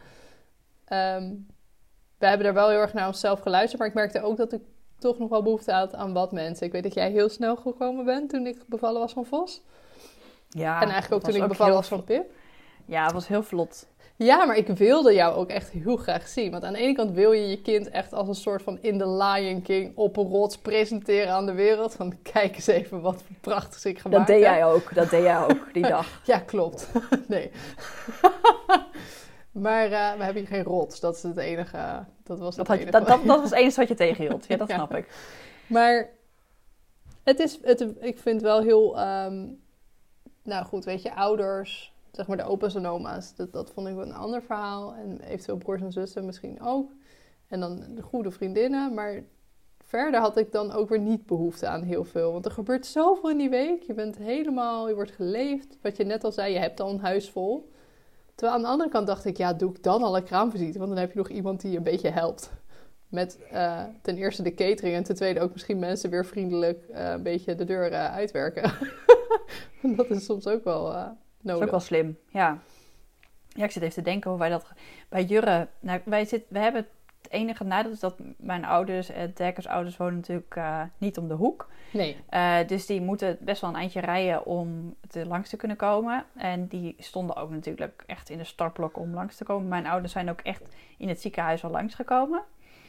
Um, we hebben er wel heel erg naar onszelf geluisterd... maar ik merkte ook dat ik toch nog wel behoefte had aan wat mensen. Ik weet dat jij heel snel gekomen bent toen ik bevallen was van Vos. Ja, en eigenlijk ook toen ik bevallen was van Pip. Ja, het was heel vlot. Ja, maar ik wilde jou ook echt heel graag zien. Want aan de ene kant wil je je kind echt als een soort van in The Lion King op een rots presenteren aan de wereld. Van kijk eens even wat prachtigs ik gemaakt heb. Dat deed jij ook, dat deed jij ook die dag. Ja, klopt. Nee. Maar uh, we hebben hier geen rots. Dat is het enige. Dat was het dat, enige. Dat, dat, dat was het enige wat je tegenhield. Ja, dat ja. snap ik. Maar het is, het, ik vind wel heel... Um, nou goed, weet je, ouders... Zeg maar de opa's en oma's, dat, dat vond ik wel een ander verhaal. En eventueel broers en zussen misschien ook. En dan de goede vriendinnen. Maar verder had ik dan ook weer niet behoefte aan heel veel. Want er gebeurt zoveel in die week. Je bent helemaal, je wordt geleefd. Wat je net al zei, je hebt al een huis vol. Terwijl aan de andere kant dacht ik, ja, doe ik dan al een kraamvisite? Want dan heb je nog iemand die je een beetje helpt. Met uh, ten eerste de catering en ten tweede ook misschien mensen weer vriendelijk uh, een beetje de deur uh, uitwerken. Dat is soms ook wel uh, nodig. Dat is ook wel slim, ja. Ja, ik zit even te denken hoe wij dat... Bij Jurre, nou, wij, zit, wij hebben het enige nadeel is dat mijn ouders en Terkers ouders wonen natuurlijk uh, niet om de hoek. Nee. Uh, dus die moeten best wel een eindje rijden om er langs te kunnen komen. En die stonden ook natuurlijk echt in de startblok om langs te komen. Mijn ouders zijn ook echt in het ziekenhuis al langsgekomen.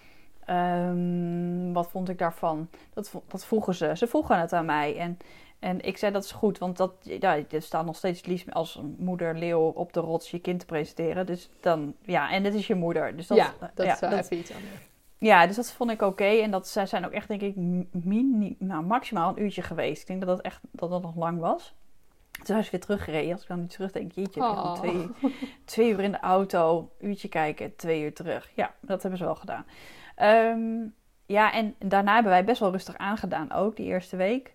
Um, wat vond ik daarvan? Dat, dat vroegen ze. Ze vroegen het aan mij. En, en ik zei dat is goed. Want dat, ja, er staat nog steeds liefst als moeder leeuw op de rots je kind te presenteren. Dus dan, ja, en dit is je moeder. Dus dat, ja, dat ja, is wel dat, even iets anders. Ja, dus dat vond ik oké. Okay. En dat zij zijn ook echt, denk ik, mini, nou, maximaal een uurtje geweest. Ik denk dat dat echt dat dat nog lang was. Toen zijn ze weer teruggereden. Als ik dan nu terugdenk, jeetje, oh. twee, twee uur in de auto, uurtje kijken, twee uur terug. Ja, dat hebben ze wel gedaan. Um, ja, en daarna hebben wij best wel rustig aangedaan ook, die eerste week.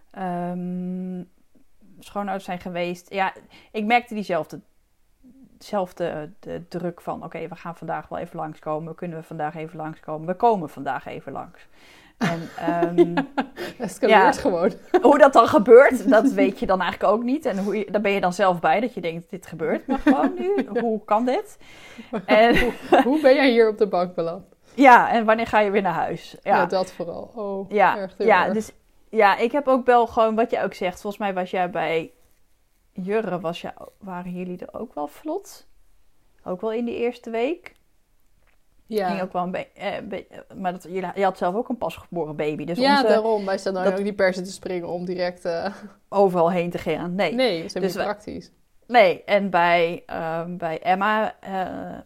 Um, schoonouders zijn geweest. Ja, ik merkte diezelfde dezelfde de druk van... oké, okay, we gaan vandaag wel even langskomen. Kunnen we vandaag even langskomen? We komen vandaag even langs. En, um, escaleert ja, gewoon. Hoe dat dan gebeurt, dat weet je dan eigenlijk ook niet. En hoe je, daar ben je dan zelf bij, dat je denkt, dit gebeurt maar gewoon nu. Hoe kan dit? En, hoe, hoe ben jij hier op de bank beland? Ja, en wanneer ga je weer naar huis? Ja, ja dat vooral. Oh, ja, erg heel ja, erg. Dus, ja, ik heb ook wel gewoon, wat je ook zegt, volgens mij was jij bij Jurre, was je, waren jullie er ook wel vlot? Ook wel in die eerste week? Ja. Ging ook wel een be- eh, be- maar dat, je, je had zelf ook een pasgeboren baby. Dus ja, onze, daarom. Wij staan dan dat, ook niet per se te springen om direct... Uh... overal heen te gaan. Nee, nee dat is dus niet praktisch. Nee, en bij, uh, bij Emma uh,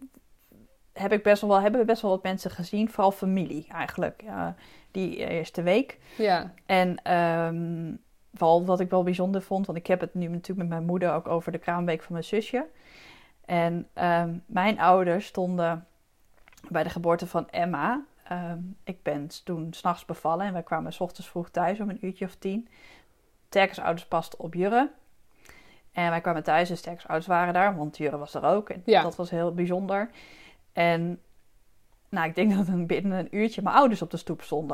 heb ik best wel, hebben we best wel wat mensen gezien. Vooral familie eigenlijk. Uh, die eerste week. Ja. En um, vooral wat ik wel bijzonder vond. Want ik heb het nu natuurlijk met mijn moeder ook over de kraamweek van mijn zusje. En um, mijn ouders stonden bij de geboorte van Emma. Um, ik ben toen 's nachts bevallen en wij kwamen 's ochtends vroeg thuis om een uurtje of tien. Terkers ouders pasten op Jurre. En wij kwamen thuis en Terkers ouders waren daar, want Jurre was er ook. En ja. Dat was heel bijzonder. En nou, ik denk dat er binnen een uurtje mijn ouders op de stoep stonden.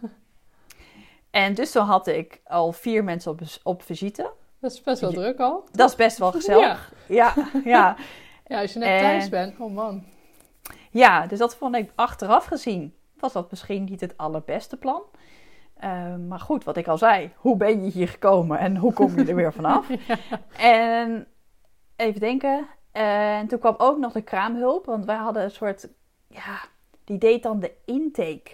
En dus toen had ik al vier mensen op, op visite. Dat is best wel druk al. Dat is best wel gezellig. Ja, ja. Ja, ja als je net en, thuis bent. Oh man. Ja, dus dat vond ik achteraf gezien. Was dat misschien niet het allerbeste plan. Uh, maar goed, wat ik al zei. Hoe ben je hier gekomen en hoe kom je er weer vanaf? Ja. En even denken. Uh, en toen kwam ook nog de kraamhulp. Want wij hadden een soort... Ja, die deed dan de intake.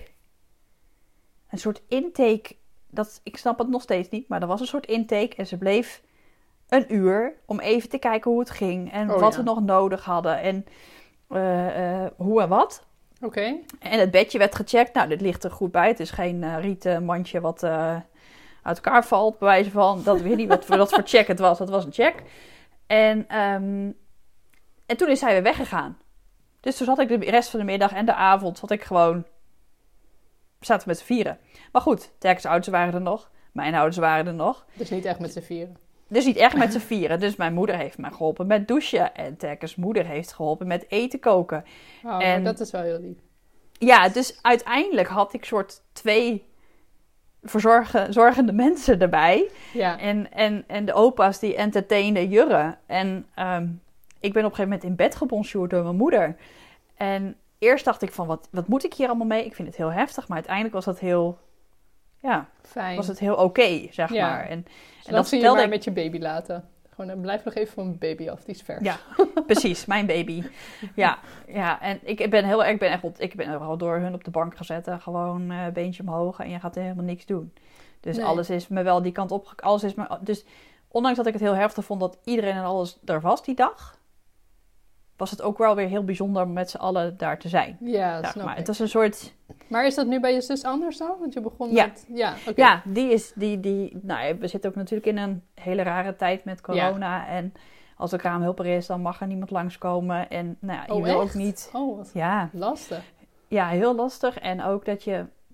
Een soort intake... Dat, ik snap het nog steeds niet, maar er was een soort intake. En ze bleef een uur om even te kijken hoe het ging. En oh, wat ja. we nog nodig hadden. En uh, uh, hoe en wat. Oké. Okay. En het bedje werd gecheckt. Nou, dit ligt er goed bij. Het is geen uh, rieten mandje wat uh, uit elkaar valt. Bij wijze van, dat weet niet wat voor, wat voor check het was. Dat was een check. En, um, en toen is hij weer weggegaan. Dus toen zat ik de rest van de middag en de avond zat ik gewoon... zaten we met z'n vieren. Maar goed, Terkers ouders waren er nog. Mijn ouders waren er nog. Dus niet echt met z'n vieren. Dus niet echt met z'n vieren. Dus mijn moeder heeft mij geholpen met douchen. En Terkers moeder heeft geholpen met eten koken. Oh, en, maar dat is wel heel lief. Ja, dus uiteindelijk had ik soort twee verzorgen, zorgende mensen erbij. Ja. En, en, en de opa's die entertainen Jurre. En um, ik ben op een gegeven moment in bed gebonjourd door mijn moeder. En eerst dacht ik van, wat, wat moet ik hier allemaal mee? Ik vind het heel heftig, maar uiteindelijk was dat heel... Ja, fijn. Was het heel oké, okay, zeg ja. maar. En, en dat zie je maar ik... met je baby laten. Gewoon, blijf nog even van mijn baby af, die is vers. Ja, precies, mijn baby. Ja, ja, en ik ben heel erg, ben echt, ik ben er wel door hun op de bank gezet. En gewoon uh, beentje omhoog en je gaat helemaal niks doen. Dus nee. alles is me wel die kant op, alles is me, dus ondanks dat ik het heel heftig vond dat iedereen en alles er was die dag, was het ook wel weer heel bijzonder om met z'n allen daar te zijn. Ja, zeg snap maar. ik. Het was een soort... Maar is dat nu bij je zus anders dan? Want je begon ja. met... Ja, okay. Ja, die is... Die, die, nou, we zitten ook natuurlijk in een hele rare tijd met corona. Ja. En als er kraamhulp er is, dan mag er niemand langskomen. En nou ja, je oh, wil echt? ook niet... Oh, wat ja. lastig. Ja, heel lastig. En ook dat je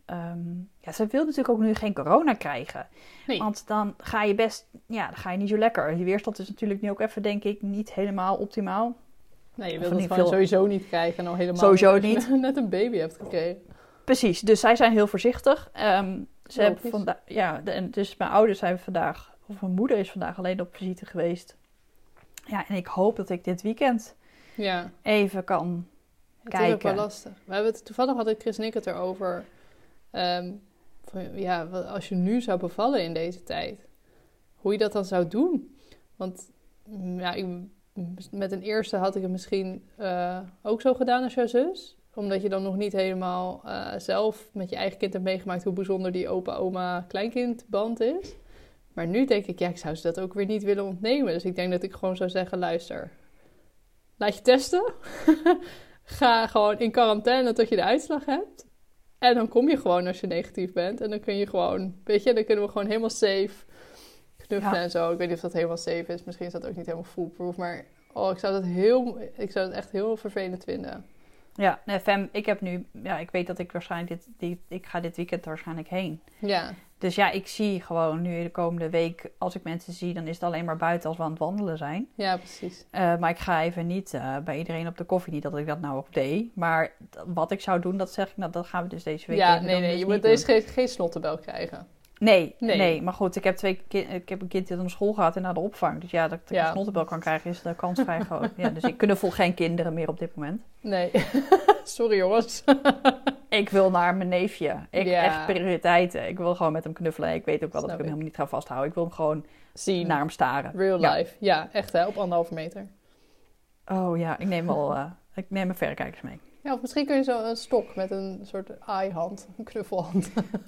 Um, ja, ze wil natuurlijk ook nu geen corona krijgen. Nee. Want dan ga je best... Ja, dan ga je niet zo lekker. Die weerstand is natuurlijk nu ook even, denk ik, niet helemaal optimaal. Nee, je wilt Of het niet gewoon veel... sowieso niet krijgen. Nou, helemaal sowieso niet. niet. Als je net een baby hebt gekregen. Precies, dus zij zijn heel voorzichtig. Um, ze hebben vanda- ja, de, en dus mijn ouders zijn vandaag... Of mijn moeder is vandaag alleen op visite geweest. Ja, en ik hoop dat ik dit weekend ja. even kan het kijken. Het is ook wel lastig. We hebben het, toevallig had ik Chris en ik het erover. Um, van, ja, als je nu zou bevallen in deze tijd. Hoe je dat dan zou doen. Want ja, ik, met een eerste had ik het misschien uh, ook zo gedaan als jouw zus. Omdat je dan nog niet helemaal uh, zelf met je eigen kind hebt meegemaakt... hoe bijzonder die opa-oma-kleinkindband is. Maar nu denk ik, ja, ik zou ze dat ook weer niet willen ontnemen. Dus ik denk dat ik gewoon zou zeggen, luister, laat je testen. Ga gewoon in quarantaine tot je de uitslag hebt. En dan kom je gewoon als je negatief bent. En dan kun je gewoon, weet je, dan kunnen we gewoon helemaal safe knuffelen ja. en zo. Ik weet niet of dat helemaal safe is. Misschien is dat ook niet helemaal foolproof. Maar oh, ik zou dat heel, ik zou dat echt heel vervelend vinden. Ja, nee, Fem, ik heb nu, ja, ik weet dat ik waarschijnlijk dit, dit, ik ga dit weekend waarschijnlijk heen. Ja. Dus ja, ik zie gewoon nu de komende week, als ik mensen zie, dan is het alleen maar buiten als we aan het wandelen zijn. Ja, precies. Uh, maar ik ga even niet uh, bij iedereen op de koffie, niet dat ik dat nou ook deed. Maar wat ik zou doen, dat zeg ik, nou, dat gaan we dus deze week ja, even nee, nee, dus je moet deze geen, geen slottenbel krijgen. Nee, nee, nee, maar goed, ik heb, twee ki- ik heb een kind die op school gaat en naar de opvang. Dus ja, dat ik ja. een snottenbel kan krijgen is de kans vrij groot. Ja, dus ik knuffel geen kinderen meer op dit moment. Nee, sorry jongens. Ik wil naar mijn neefje. Ik ja. echt prioriteiten. Ik wil gewoon met hem knuffelen. Ik weet ook wel dat ik hem helemaal niet ga vasthouden. Ik wil hem gewoon zien. Naar hem staren. Real ja. life. Ja, echt hè, op anderhalve meter. Oh ja, ik neem wel, uh, ik neem mijn verrekijkers mee. Ja, of misschien kun je zo een stok met een soort eye-hand, een knuffelhand.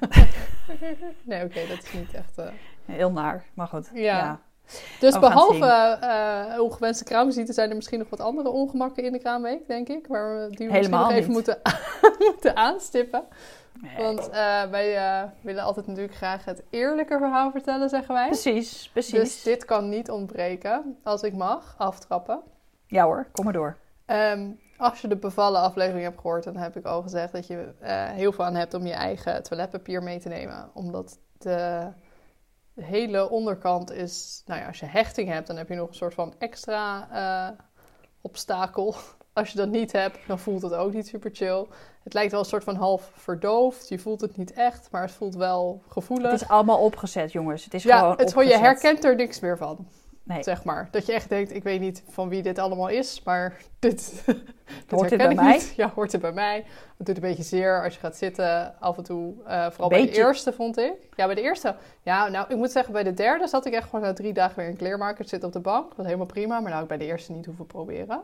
Nee, oké, okay, dat is niet echt... Uh... Heel naar, maar goed. Ja. ja. Dus oh, behalve uh, ongewenste kraamvisite zijn er misschien nog wat andere ongemakken in de kraamweek, denk ik. Waar we die misschien nog even moeten, moeten aanstippen. Nee. Want uh, wij uh, willen altijd natuurlijk graag het eerlijke verhaal vertellen, zeggen wij. Precies, precies. Dus dit kan niet ontbreken, als ik mag, aftrappen. Ja hoor, kom maar door. Um, als je de bevallen aflevering hebt gehoord, dan heb ik al gezegd dat je uh, heel veel aan hebt om je eigen toiletpapier mee te nemen. Omdat de... De hele onderkant is, nou ja, als je hechting hebt, dan heb je nog een soort van extra uh, obstakel. Als je dat niet hebt, dan voelt het ook niet super chill. Het lijkt wel een soort van half verdoofd. Je voelt het niet echt, maar het voelt wel gevoelig. Het is allemaal opgezet, jongens. Het is ja, gewoon het opgezet. Je herkent er niks meer van. Nee. Zeg maar. Dat je echt denkt, ik weet niet van wie dit allemaal is, maar dit, dit hoort herken het ik bij niet. mij? Ja, hoort het bij mij. Het doet een beetje zeer als je gaat zitten, af en toe. Uh, vooral beetje. Bij de eerste, vond ik. Ja, bij de eerste. Ja, nou, ik moet zeggen, bij de derde zat ik echt gewoon na drie dagen weer in kleermaker. Zit op de bank. Dat was helemaal prima, maar nou ik bij de eerste niet hoeven proberen.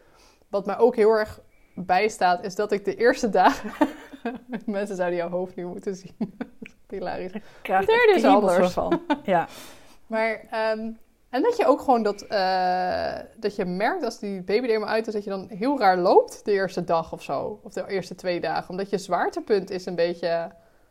Wat mij ook heel erg bijstaat, is dat ik de eerste dagen... Mensen zouden jouw hoofd nu moeten zien. Hilarisch. Ik krijg er is anders van. Ja. Maar... Um, En dat je ook gewoon dat, uh, dat je merkt als die baby er helemaal uit is, dat je dan heel raar loopt de eerste dag of zo. Of de eerste twee dagen. Omdat je zwaartepunt is een beetje,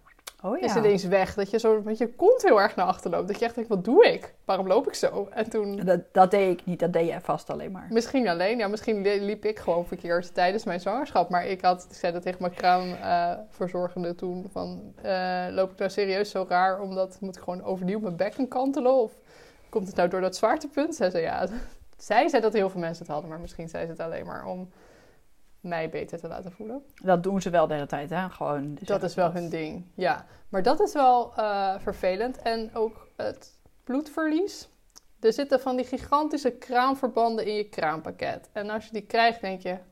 oh ja. is ineens weg. Dat je zo met je kont heel erg naar achter loopt. Dat je echt denkt, wat doe ik? Waarom loop ik zo? En toen... Dat, dat deed ik niet, dat deed jij vast alleen maar. Misschien alleen, ja. Misschien liep ik gewoon verkeerd tijdens mijn zwangerschap. Maar ik had, ik zei dat tegen mijn kraamverzorgende uh, toen, van uh, loop ik nou serieus zo raar? Omdat moet ik gewoon overnieuw mijn bekken kantelen of... Komt het nou door dat zwaartepunt? Zij zei ja. Zij zei dat heel veel mensen het hadden, maar misschien zei ze het alleen maar om mij beter te laten voelen. Dat doen ze wel de hele tijd, hè? Gewoon. Dat is wel hun ding, ja. Maar dat is wel uh, vervelend. En ook het bloedverlies. Er zitten van die gigantische kraamverbanden in je kraampakket. En als je die krijgt, denk je,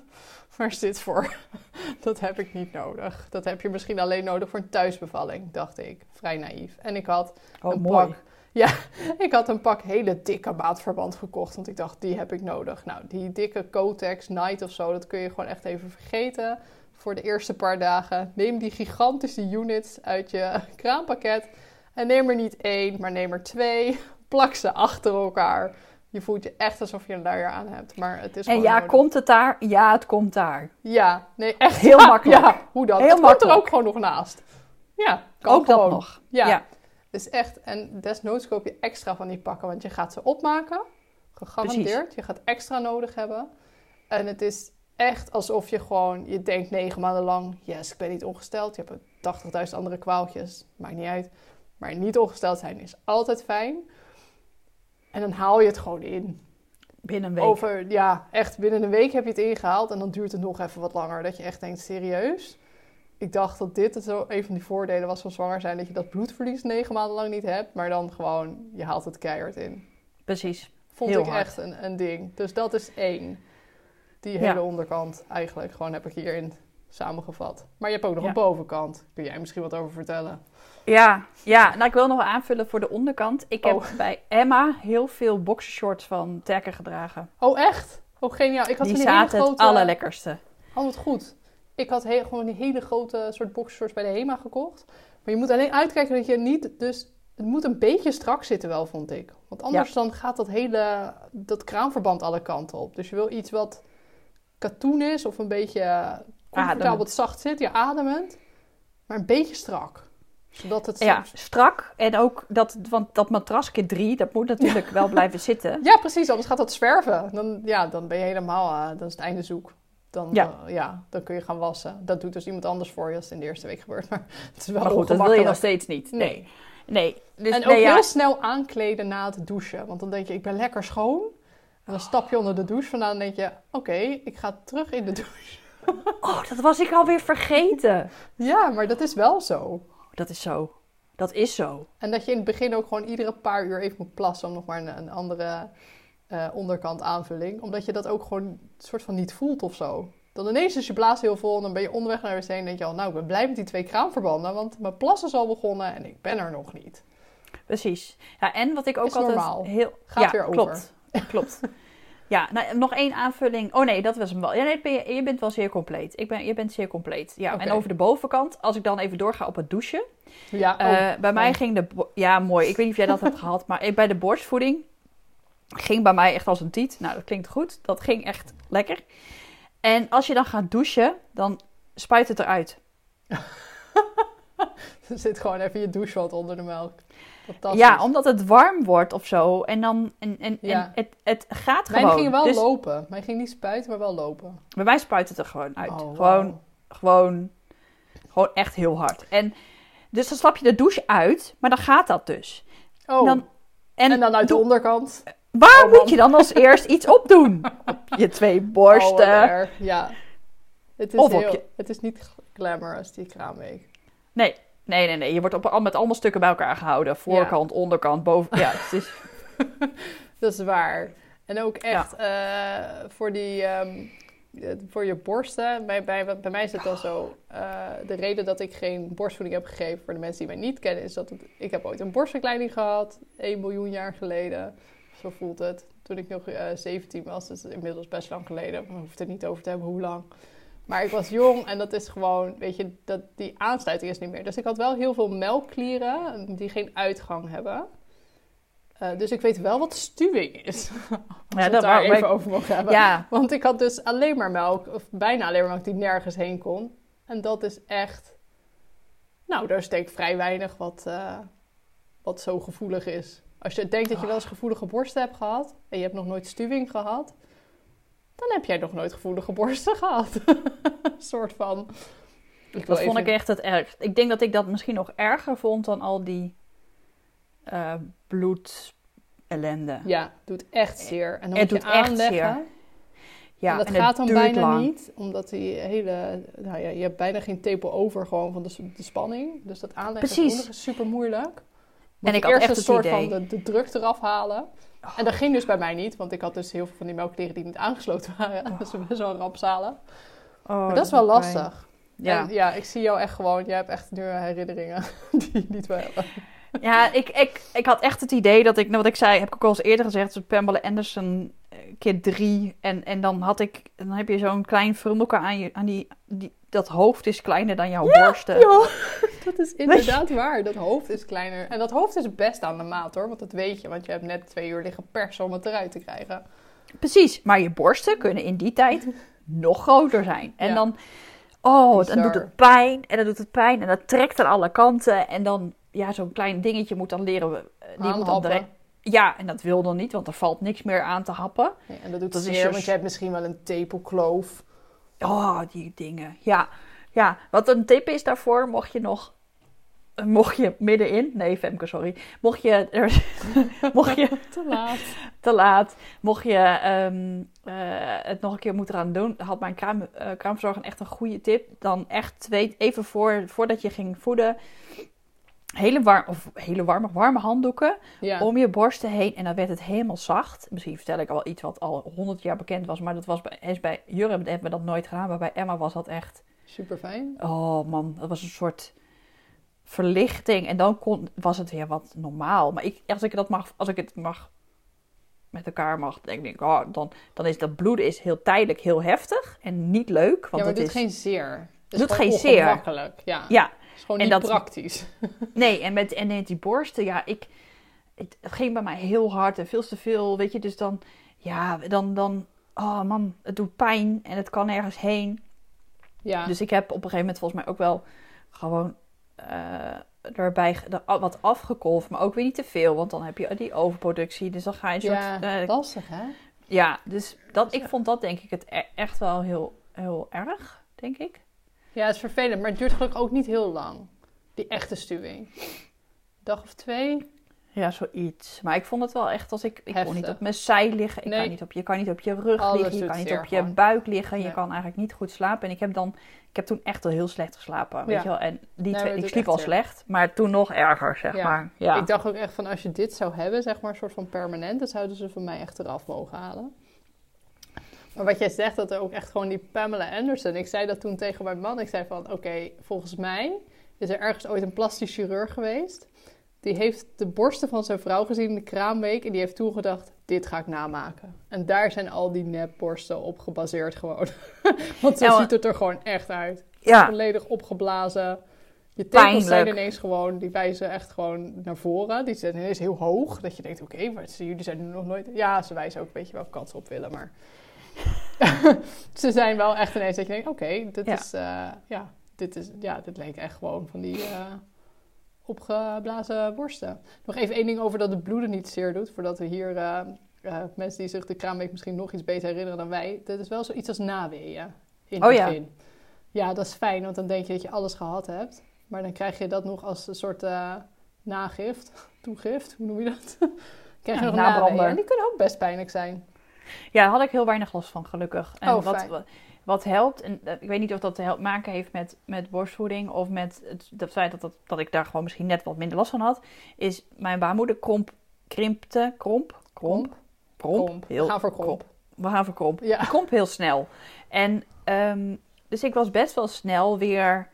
waar is dit voor? Dat heb ik niet nodig. Dat heb je misschien alleen nodig voor een thuisbevalling, dacht ik. Vrij naïef. En ik had oh, een mooi. pak... Ja, ik had een pak hele dikke maatverband gekocht, want ik dacht, die heb ik nodig. Nou, die dikke Kotex Night of zo, dat kun je gewoon echt even vergeten voor de eerste paar dagen. Neem die gigantische units uit je kraampakket en neem er niet één, maar neem er twee. Plak ze achter elkaar. Je voelt je echt alsof je een luier aan hebt, maar het is gewoon En ja, nodig. Komt het daar? Ja, het komt daar. Ja, nee, echt. Heel ja, makkelijk. Ja, hoe dan? Heel het makkelijk. komt er ook gewoon nog naast. Ja, kan ook gewoon. dat nog. Ja. ja. Dus echt, en desnoods koop je extra van die pakken, want je gaat ze opmaken. Gegarandeerd. Precies. Je gaat extra nodig hebben. En het is echt alsof je gewoon, je denkt negen maanden lang, yes, ik ben niet ongesteld. Je hebt een tachtigduizend andere kwaaltjes. Maakt niet uit. Maar niet ongesteld zijn is altijd fijn. En dan haal je het gewoon in. Binnen een week. Over, ja, echt binnen een week heb je het ingehaald. En dan duurt het nog even wat langer. Dat je echt denkt, serieus? Ik dacht dat dit het zo een van die voordelen was van zwanger zijn. Dat je dat bloedverlies negen maanden lang niet hebt. Maar dan gewoon, je haalt het keihard in. Precies. Vond Heel ik hard. echt een, een ding. Dus dat is één. Die hele Ja. onderkant eigenlijk. Gewoon heb ik hierin samengevat. Maar je hebt ook nog Ja. een bovenkant. Kun jij misschien wat over vertellen? Ja, ja, nou ik wil nog wel aanvullen voor de onderkant. Ik heb Oh. bij Emma heel veel boxershorts van Terker gedragen. Oh, echt? Oh, geniaal. Ik had Die van die hele zaten grote... het allerlekkerste. Oh, wat goed. Ik had he- gewoon die hele grote soort boxershorts bij de HEMA gekocht. Maar je moet alleen uitkijken dat je niet... Dus het moet een beetje strak zitten wel, vond ik. Want anders dan gaat dat hele... Dat kraamverband alle kanten op. Dus je wil iets wat katoen is of een beetje comfortabel Ademend. wat zacht zit. Ja, ademend. Maar een beetje strak. Zodat het... Ja, strak. En ook dat, want dat matrasje drie, dat moet natuurlijk wel blijven zitten. Ja, precies. Anders gaat dat zwerven. Dan, ja, dan ben je helemaal... Uh, dan is het einde zoek. Dan, Ja. uh, ja, dan kun je gaan wassen. Dat doet dus iemand anders voor je als het in de eerste week gebeurt. Maar het is wel Maar goed, dat wil je ongemakkelijk. nog steeds niet. Nee. Nee. Nee. Dus, En ook nee, ja. heel snel aankleden na het douchen. Want dan denk je, ik ben lekker schoon. En dan stap je onder de douche vandaan en denk je... Oké, ik ga terug in de douche. Oh, dat was ik alweer vergeten. Ja, maar dat is wel zo. Dat is zo. Dat is zo. En dat je in het begin ook gewoon iedere paar uur even moet plassen... om nog maar een, een andere uh, onderkant aanvulling. Omdat je dat ook gewoon een soort van niet voelt of zo. Dan ineens is je blaas heel vol en dan ben je onderweg naar de wc... en denk je al, nou, ik ben blij met die twee kraamverbanden... want mijn plas is al begonnen en ik ben er nog niet. Precies. Ja, en wat ik ook Is altijd normaal. heel... Gaat ja, weer over. klopt. Klopt. Ja, nou, nog één aanvulling. Oh nee, dat was hem wel. Ja, nee, ben je, je bent wel zeer compleet. Ik ben, je bent zeer compleet. Ja, Oké. en over de bovenkant, als ik dan even doorga op het douchen. Ja, Eh, oh, bij mij oh. ging de... bo- Ja, mooi. Ik weet niet of jij dat hebt gehad, maar ik- bij de borstvoeding ging bij mij echt als een tiet. Nou, dat klinkt goed. Dat ging echt lekker. En als je dan gaat douchen, dan spuit het eruit. Er zit gewoon even je douchewand onder de melk. Fantastisch. Ja, omdat het warm wordt of zo. En dan... En, en, Ja. en het, het gaat Mijn gewoon. ging wel Dus lopen. Mijn ging niet spuiten, maar wel lopen. bij mij spuit het er gewoon uit. Oh, gewoon, wauw. gewoon, gewoon echt heel hard. En dus dan stap je de douche uit, maar dan gaat dat dus. Oh, en Dan, dan, en uit de doe- onderkant. waar Oh, man. moet je dan als eerst iets opdoen? Op je twee Oh, wat borsten. erg. Ja. Het is, Of op heel, je- het is niet glamorous, die kraamweek. nee, nee, nee, nee. Je wordt op, al- met allemaal stukken bij elkaar gehouden. Voorkant, onderkant, boven. Ja, het is... Dat is waar. En ook echt eh, voor, die, ehm, eh, voor je borsten. Bij, bij, bij mij is het dan zo. eh, de reden dat ik geen borstvoeding heb gegeven voor de mensen die mij niet kennen, is dat het, ik heb ooit een borstverkleining gehad. één miljoen jaar geleden. Zo voelt het. Toen ik nog uh, zeventien was. Dus inmiddels best lang geleden. We hoeven het er niet over te hebben hoe lang. Maar ik was jong en dat is gewoon, weet je, dat, die aansluiting is niet meer. Dus ik had wel heel veel melkklieren die geen uitgang hebben. Uh, dus ik weet wel wat stuwing is. Als Ja, we het dat daar wou- even over mogen hebben. Ja, Want ik had dus alleen maar melk, of bijna alleen maar melk die nergens heen kon. En dat is echt... Nou, daar steekt vrij weinig wat, uh, wat zo gevoelig is. Als je denkt dat je wel eens gevoelige borsten hebt gehad... en je hebt nog nooit stuwing gehad... dan heb jij nog nooit gevoelige borsten gehad. Een soort van... Ik dat vond ik echt het ergst. Ik denk dat ik dat misschien nog erger vond dan al die uh, bloedellende. Ja, doet echt zeer. En dan Het moet je doet echt aanleggen. zeer. Ja, en dat en gaat het dan duurt bijna lang. niet, omdat die hele... Nou ja, je hebt bijna geen tepel over gewoon van de, de spanning. Dus dat aanleggen Precies. is ook nog eens super moeilijk. En ik je had eerst echt een het soort idee. van de, de druk eraf halen. Oh. En dat ging dus bij mij niet, want ik had dus heel veel van die melkkleren die niet aangesloten waren. Oh. Dat is best wel rampzalen. Oh, Maar dat is wel doet pijn. lastig. Ja. En ja, ik zie jou echt gewoon... Jij hebt echt nu herinneringen die je niet wil hebben. Ja, ik, ik, ik had echt het idee dat ik, nou, wat ik zei, heb ik ook al eens eerder gezegd, zo'n Pamela Anderson eh, keer drie. En, en dan had ik, dan heb je zo'n klein frundelke aan je, aan die, die, dat hoofd is kleiner dan jouw borsten. Ja, dat is inderdaad waar. Dat hoofd is kleiner. En dat hoofd is best aan de maat hoor, want dat weet je. Want je hebt net twee uur liggen persen om het eruit te krijgen. Precies, maar je borsten kunnen in die tijd nog groter zijn. En Ja. dan, oh, Bizar. dan doet het pijn en dan doet het pijn en dat trekt aan alle kanten. En dan, ja, zo'n klein dingetje moet dan leren, we- die moet dan Aanhappen. direct... Ja, en dat wil dan niet, want er valt niks meer aan te happen. Nee, en dat doet Dat dat is zeer, dus- want je hebt misschien wel een tepelkloof. Oh, die dingen. Ja, ja, wat een tip is daarvoor, mocht je nog... Mocht je middenin... Nee, Femke, sorry. Mocht je... Er, mocht je Te laat. te laat. Mocht je um, uh, het nog een keer moeten gaan doen... had mijn kraam, uh, kraamverzorger echt een goede tip. Dan echt twee... Even voor, voordat je ging voeden... Hele, war, of hele warme, warme handdoeken Ja. om je borsten heen. En dan werd het helemaal zacht. Misschien vertel ik al iets wat al honderd jaar bekend was. Maar dat was bij, is bij Jurre hebben we dat nooit gedaan. Maar bij Emma was dat echt... Super fijn. Oh man, dat was een soort verlichting. En dan kon, was het weer wat normaal. Maar ik, als ik dat mag, als ik het mag met elkaar mag, denk ik, oh, dan, dan is dat bloeden is heel tijdelijk, heel heftig en niet leuk. Want ja, maar het het doet is, geen zeer. Het doet is geen gewoon zeer. ongemakkelijk. Ja. Ja, Het is gewoon en niet dat- praktisch. nee, en met, en met die borsten, ja, ik, het, het ging bij mij heel hard en veel te veel, weet je. Dus dan, ja, dan, dan, oh man, het doet pijn en het kan ergens heen. Ja. Dus ik heb op een gegeven moment volgens mij ook wel gewoon uh, erbij ge- er wat afgekolfd, maar ook weer niet te veel, want dan heb je die overproductie. Dus dan ga je een soort... ja, uh, lastig hè? ja, dus dat, ik Ja. vond dat denk ik het e- echt wel heel, heel erg, denk ik. Ja, het is vervelend, maar het duurt gelukkig ook niet heel lang. Die echte stuwing. Dag of twee? Ja, zoiets. Maar ik vond het wel echt als ik... Ik kon Heftig. niet op mijn zij liggen. Ik Nee. kan niet op, je kan niet op je rug Alles liggen. Je doet kan niet zeer op je gewoon. buik liggen. Je Nee. kan eigenlijk niet goed slapen. En ik heb dan... Ik heb toen echt al heel slecht geslapen. Weet Ja. je wel? En die Nee, maar twee, het ik doet sliep echt al zeer. slecht. Maar toen nog erger, zeg Ja. maar. Ja. Ik dacht ook echt van als je dit zou hebben, zeg maar een soort van permanent, dan zouden ze van mij echt eraf mogen halen. Maar wat jij zegt, dat er ook echt gewoon die Pamela Anderson. Ik zei dat toen tegen mijn man. Ik zei van oké, okay, volgens mij is er ergens ooit een plastisch chirurg geweest. Die heeft de borsten van zijn vrouw gezien in de kraamweek. En die heeft toen gedacht, dit ga ik namaken. En daar zijn al die nepborsten op gebaseerd gewoon. Want zo Ja, maar- ziet het er gewoon echt uit. Ja. Volledig opgeblazen. Je tepels zijn Pijnlijk. ineens gewoon, die wijzen echt gewoon naar voren. Die zijn ineens heel hoog. Dat je denkt, oké, okay, jullie zijn nu nog nooit... Ja, ze wijzen ook een beetje welke kant ze op willen, maar... ze zijn wel echt ineens dat je denkt, oké, okay, dit Ja. is... Uh, ja, dit is... Ja, dit leek echt gewoon van die... Uh, opgeblazen borsten. Nog even één ding over dat het bloeden niet zeer doet. Voordat we hier uh, uh, mensen die zich de kraamweek misschien nog iets beter herinneren dan wij. Dat is wel zoiets als naweeën in het Oh ja. begin. Ja, dat is fijn, want dan denk je dat je alles gehad hebt. Maar dan krijg je dat nog als een soort uh, nagift, toegift, hoe noem je dat? krijg je Ja, nog nabrander. naweeën. En die kunnen ook best pijnlijk zijn. Ja, daar had ik heel weinig last van, gelukkig. En Oh, wat, fijn. wat, wat helpt, en uh, ik weet niet of dat te help maken heeft met, met borstvoeding of met het, het feit dat, dat, dat ik daar gewoon misschien net wat minder last van had, is mijn baarmoeder kromp, krimpte, kromp, kromp, kromp, Kromp. heel, We gaan voor kromp. We gaan voor kromp. Ja. Die kromp heel snel. En um, dus ik was best wel snel weer,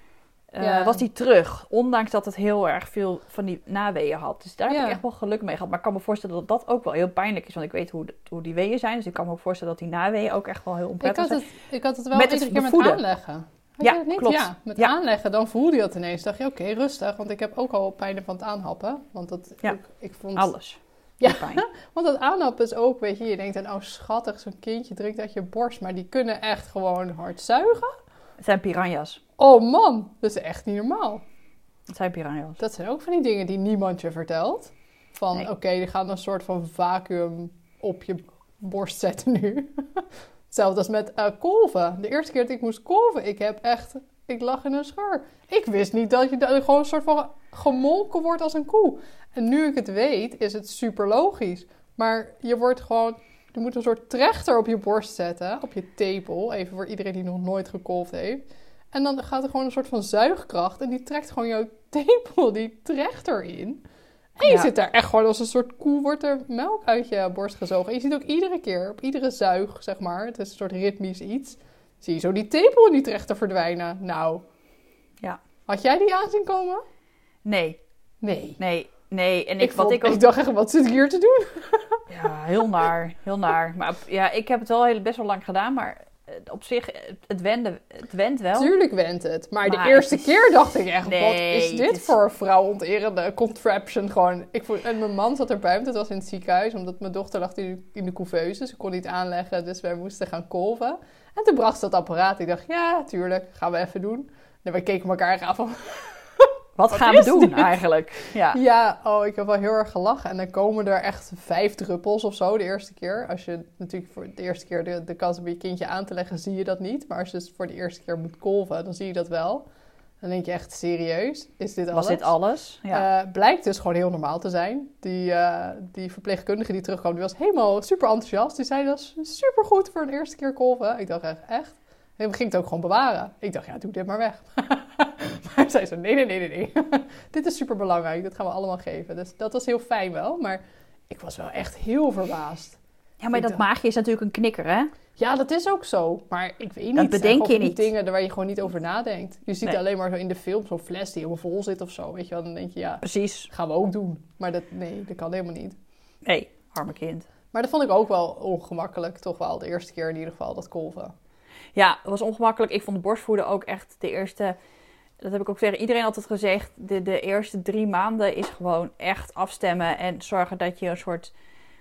uh, Ja. was die terug, ondanks dat het heel erg veel van die naweeën had. Dus daar heb Ja. ik echt wel geluk mee gehad. Maar ik kan me voorstellen dat dat ook wel heel pijnlijk is, want ik weet hoe, de, hoe die weeën zijn. Dus ik kan me ook voorstellen dat die naweeën ook echt wel heel Ik onprettig had, zijn. het, ik had het wel Met iedere het keer met voeden. aanleggen. Had Ja, je dat niet? klopt. Ja, met Ja. aanleggen, dan voelde je dat ineens. Dacht je, oké, okay, rustig. Want ik heb ook al pijn van het aanhappen. Want dat, Ja. ik, ik vond... Alles. Ja. Pijn. Want dat aanhappen is ook, weet je, je denkt dan, oh schattig, zo'n kindje drinkt uit je borst. Maar die kunnen echt gewoon hard zuigen. Het zijn piranha's. Oh man, dat is echt niet normaal. Het zijn piranha's. Dat zijn ook van die dingen die niemand je vertelt. Van, Nee. oké, okay, er gaat een soort van vacuüm op je borst zetten nu. Hetzelfde als met uh, kolven. De eerste keer dat ik moest kolven, ik heb echt... Ik lag in een scheur. Ik wist niet dat je da- gewoon een soort van gemolken wordt als een koe. En nu ik het weet, is het super logisch. Maar je wordt gewoon... Je moet een soort trechter op je borst zetten. Op je tepel. Even voor iedereen die nog nooit gekolfd heeft. En dan gaat er gewoon een soort van zuigkracht. En die trekt gewoon jouw tepel, die trechter in. En je Ja. zit daar echt gewoon als een soort koe, wordt er melk uit je borst gezogen. En je ziet ook iedere keer, op iedere zuig, zeg maar, het is een soort ritmisch iets, zie je zo die tepel in die trechter verdwijnen. Nou, Ja. had jij die aanzien komen? Nee, Nee. nee, nee. En ik, Ik, wat vond, ik ook... ik dacht echt, wat zit ik hier te doen? Ja, heel naar. Heel naar. Maar ja, ik heb het wel heel, best wel lang gedaan, maar op zich, het, het, wende, het wendt wel. Tuurlijk went het. Maar, Maar de eerste het is- keer dacht ik echt, Nee, wat is dit het is- voor vrouwonterende contraption? Gewoon, ik vond, en mijn man zat erbij, want het was in het ziekenhuis, omdat mijn dochter lag in, in de couveuse. Ze kon niet aanleggen, dus wij moesten gaan kolven. En toen bracht ze dat apparaat. Ik dacht, ja, tuurlijk, gaan we even doen. En wij keken elkaar aan van, Wat, Wat gaan we is doen dit? eigenlijk? Ja. Ja, oh, ik heb wel heel erg gelachen. En dan komen er echt vijf druppels of zo de eerste keer. Als je natuurlijk voor de eerste keer de, de kans hebt om je kindje aan te leggen, zie je dat niet. Maar als je het voor de eerste keer moet kolven, dan zie je dat wel. Dan denk je echt, serieus? Is dit alles? Was dit alles? Ja. Uh, blijkt dus gewoon heel normaal te zijn. Die, uh, die verpleegkundige die terugkwam, die was helemaal super enthousiast. Die zei, dat is super goed voor een eerste keer kolven. Ik dacht echt, echt? En dan ging het ook gewoon bewaren. Ik dacht, ja, doe dit maar weg. Maar zij zei, nee, nee, nee, nee, nee. Dit is super belangrijk, dit gaan we allemaal geven. Dus dat was heel fijn wel, maar ik was wel echt heel verbaasd. Ja, maar ik dat dacht, maagje is natuurlijk een knikker, hè? ja, dat is ook zo. Maar ik weet niet. Dat bedenk je die niet. dingen waar je gewoon niet over nadenkt. Je ziet Nee. alleen maar zo in de film zo'n fles die helemaal vol zit of zo. Weet je wel, dan denk je, ja, Precies. gaan we ook doen. Maar dat, nee, dat kan helemaal niet. Nee, arme kind. Maar dat vond ik ook wel ongemakkelijk, toch wel. De eerste keer in ieder geval, dat kolven. Ja, het was ongemakkelijk. Ik vond de borstvoeden ook echt de eerste... Dat heb ik ook tegen iedereen altijd gezegd. De, de eerste drie maanden is gewoon echt afstemmen. En zorgen dat je een soort...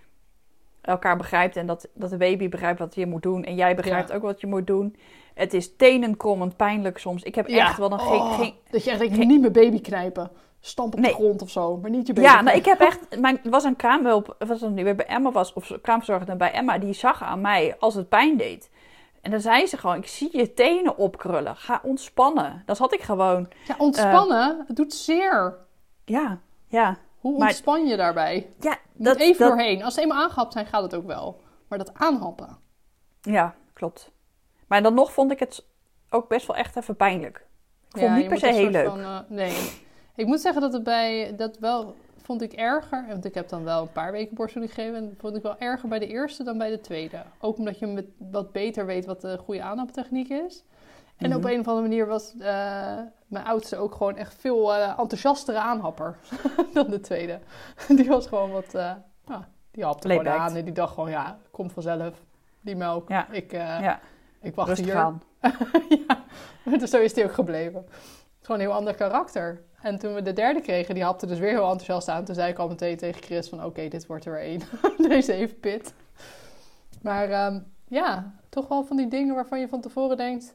elkaar begrijpt. En dat, dat de baby begrijpt wat je moet doen. En jij begrijpt Ja. ook wat je moet doen. Het is tenenkrommend pijnlijk soms. Ik heb Ja. echt wel een... Oh, Geen, geen, dat je echt denkt, geen- niet mijn baby knijpen. Stamp op Nee. de grond of zo, maar niet je baby ja, nou, knijpen. ik heb echt... Mijn, er was een kraamhulp... Was dan, die weer bij Emma was. Of kraamverzorger bij Emma. Die zag aan mij als het pijn deed. En dan zei ze gewoon... Ik zie je tenen opkrullen. Ga ontspannen. Dat had ik gewoon... Ja, ontspannen, het doet zeer. Ja, ja. Hoe Maar- ontspan je daarbij? Ja, Moet dat, even dat, doorheen. Als ze eenmaal aangehapt zijn, gaat het ook wel. Maar dat aanhappen. Ja, klopt. Maar dan nog vond ik het ook best wel echt even pijnlijk. Ik vond het je niet per moet se een heel soort leuk. van, uh, nee. Ik moet zeggen dat het bij... Dat wel vond ik erger. Want ik heb dan wel een paar weken borstvoeding gegeven. En dat vond ik wel erger bij de eerste dan bij de tweede. Ook omdat je met wat beter weet wat de goede aanhaptechniek is. En Mhm. op een of andere manier was uh, mijn oudste ook gewoon echt veel uh, enthousiastere aanhapper dan de tweede. Die was gewoon wat... Uh, nou, die hapte gewoon Laid-backed. aan en die dacht gewoon, ja, komt vanzelf. Die melk. Ja. Ik, uh, Ja, ik wacht rustig hier. aan. Ja, dus zo is die ook gebleven. Gewoon een heel ander karakter. En toen we de derde kregen, die hapte dus weer heel enthousiast aan. Toen zei ik al meteen tegen Chris van, oké, okay, dit wordt er weer één. Deze heeft pit. Maar um, ja, toch wel van die dingen waarvan je van tevoren denkt...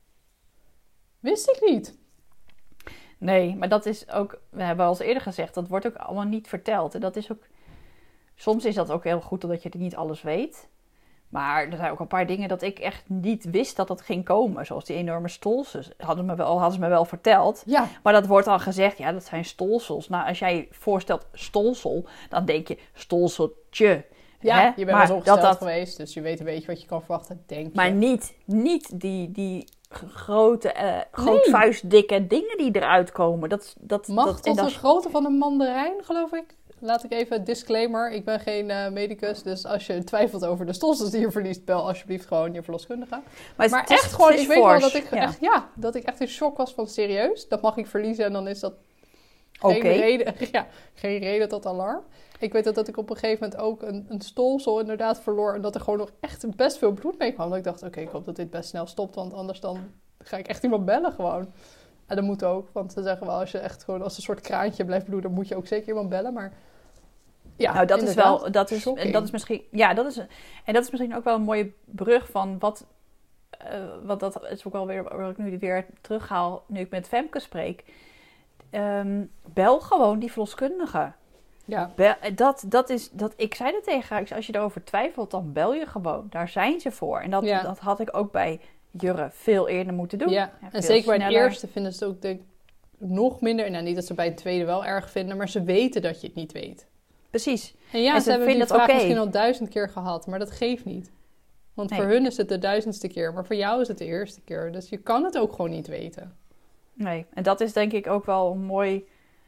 Wist ik niet. Nee, maar dat is ook... We hebben al eens eerder gezegd, dat wordt ook allemaal niet verteld. En dat is ook... Soms is dat ook heel goed, omdat je niet alles weet. Maar er zijn ook een paar dingen dat ik echt niet wist dat dat ging komen. Zoals die enorme stolsels. Hadden, me wel, hadden ze me wel verteld. Ja, Maar dat wordt al gezegd, ja, dat zijn stolsels. Nou, als jij je voorstelt stolsel, dan denk je stolseltje. ja hè? je bent wel Maar eens opgesteld dat dat, geweest. Dus je weet een beetje wat je kan verwachten, denk je. Maar niet, niet die, die g- grote, uh, Nee. groot vuistdikke dingen die eruit komen. Dat, dat, Mag dat, en tot dat de is- grootte van een mandarijn, geloof ik. Laat ik even, disclaimer, ik ben geen uh, medicus. Dus als je twijfelt over de stolsels die je verliest, bel alsjeblieft gewoon je verloskundige. maar Maar het is- echt gewoon, het is ik weet wel fors. dat ik, Ja. echt, ja, dat ik echt in shock was van serieus. Dat mag ik verliezen en dan is dat geen, Oké. reden, ja, geen reden tot alarm. Ik weet dat, dat ik op een gegeven moment ook een, een stolsel inderdaad verloor. En dat er gewoon nog echt best veel bloed mee kwam. Dat ik dacht, oké, okay, ik hoop dat dit best snel stopt. Want anders dan ga ik echt iemand bellen gewoon. En dat moet ook. Want ze zeggen wel, als je echt gewoon als een soort kraantje blijft bloeden, moet je ook zeker iemand bellen. Maar ja, nou, dat is inderdaad, wel, dat is, shocking. en dat is misschien, ja, dat is, en dat is misschien ook wel een mooie brug van wat, uh, wat dat is ook wel weer, waar ik nu weer terughaal, nu ik met Femke spreek. Um, bel gewoon die verloskundige. Ja. Bel, dat, dat is, dat, ik zei dat tegen haar, ik zei, als je erover twijfelt, dan bel je gewoon. Daar zijn ze voor. En dat, Ja. dat had ik ook bij Jurre veel eerder moeten doen. Ja, veel en zeker bij de sneller. eerste vinden ze het ook denk, ik, nog minder. Nou, niet dat ze bij de tweede wel erg vinden, maar ze weten dat je het niet weet. Precies. En ja, En ze, ze hebben die vinden het vraag oké. misschien al duizend keer gehad, maar dat geeft niet. Want Nee. voor hun is het de duizendste keer, maar voor jou is het de eerste keer. Dus je kan het ook gewoon niet weten. Nee, en dat is denk ik ook wel een mooi...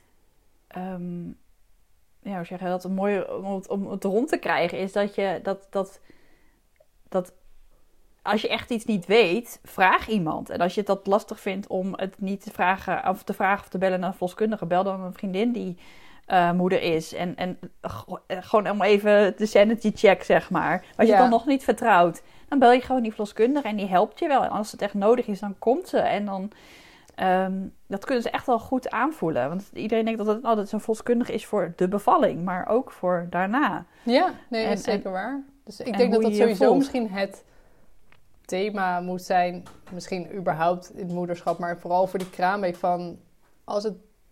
Um, ja, hoe zeg je dat? Een mooi om het, om het rond te krijgen is dat je... Dat, dat, dat als je echt iets niet weet, vraag iemand. En als je het dat lastig vindt om het niet te vragen... Of te vragen of te bellen naar een verloskundige, bel dan een vriendin die uh, moeder is. En, en go- gewoon om even de sanity check, zeg maar. Als je Ja. het dan nog niet vertrouwt, dan bel je gewoon die verloskundige en die helpt je wel. En als het echt nodig is, dan komt ze. En dan... Um, dat kunnen ze echt wel goed aanvoelen. Want iedereen denkt dat het, oh, dat het een verloskundige is voor de bevalling. Maar ook voor daarna. Ja, nee, En- dat is zeker en- waar. Dus ik en denk dat hoe dat je je sowieso voelt. misschien het thema moet zijn. Misschien überhaupt in het moederschap, maar vooral voor die kraamweek van... Als het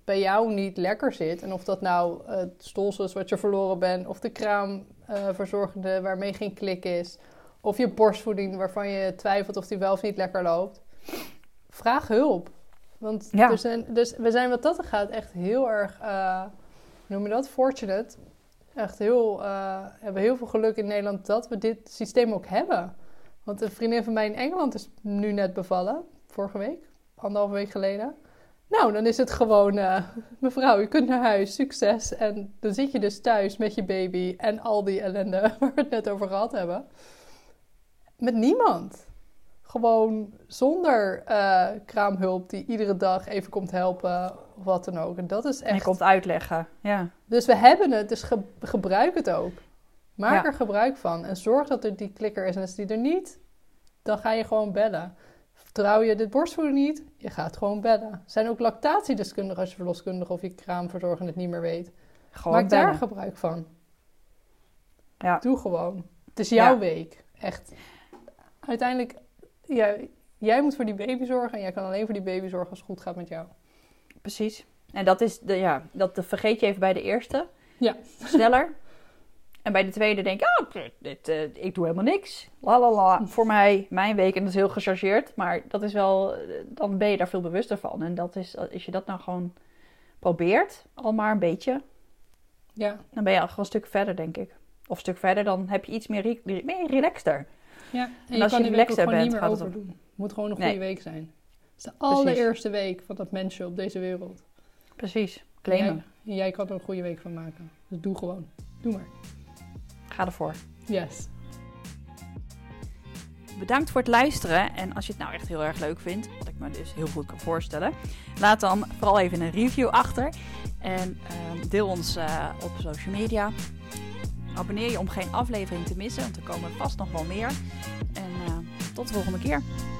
bij jou niet lekker zit... en of dat nou het stolsel is wat je verloren bent... of de kraamverzorgende uh, waarmee geen klik is... of je borstvoeding waarvan je twijfelt of die wel of niet lekker loopt... vraag hulp. Want Ja. er zijn, dus we zijn wat dat gaat echt heel erg... Uh, hoe noem je dat? Fortunate. Echt heel... Uh, hebben heel veel geluk in Nederland dat we dit systeem ook hebben. Want een vriendin van mij in Engeland is nu net bevallen. Vorige week. Anderhalve week geleden. Nou, dan is het gewoon... Uh, mevrouw, u kunt naar huis. Succes. En dan zit je dus thuis met je baby... en al die ellende waar we het net over gehad hebben. Met niemand. Gewoon zonder uh, kraamhulp die iedere dag even komt helpen of wat dan ook. En dat is echt... En je komt uitleggen, ja. Dus we hebben het, dus ge- gebruik het ook. Maak Ja. er gebruik van en zorg dat er die klikker is. En als die er niet, dan ga je gewoon bellen. Vertrouw je dit borstvoeding niet, je gaat gewoon bellen. Er zijn ook lactatiedeskundigen als je verloskundige of je kraamverzorger het niet meer weet. Gewoon Maak bellen. daar gebruik van. Ja. Doe gewoon. Het is jouw Ja. week. Echt. Uiteindelijk, ja, jij moet voor die baby zorgen. En jij kan alleen voor die baby zorgen als het goed gaat met jou. Precies. En dat is de, ja, dat vergeet je even bij de eerste. Ja. Sneller. En bij de tweede denk je, ah, dit, uh, ik doe helemaal niks. La la la. Voor mij, mijn week. En dat is heel gechargeerd. Maar dat is wel, dan ben je daar veel bewuster van. En dat is, als je dat nou gewoon probeert, al maar een beetje. Ja. Dan ben je al gewoon een stuk verder, denk ik. Of een stuk verder, dan heb je iets meer, re- re- meer relaxter. Ja, en, En je als kan je die week ook relaxter gewoon niet bent, meer gaat het overdoen. Het moet gewoon een Nee. goede week zijn. Het is de allereerste week van dat mensje op deze wereld. Precies. En Claimen. jij, jij kan er een goede week van maken. Dus doe gewoon. Doe maar. Ga ervoor. Yes. Bedankt voor het luisteren. En als je het nou echt heel erg leuk vindt, wat ik me dus heel goed kan voorstellen, laat dan vooral even een review achter. En uh, deel ons uh, op social media. Abonneer je om geen aflevering te missen, want er komen vast nog wel meer. En uh, tot de volgende keer.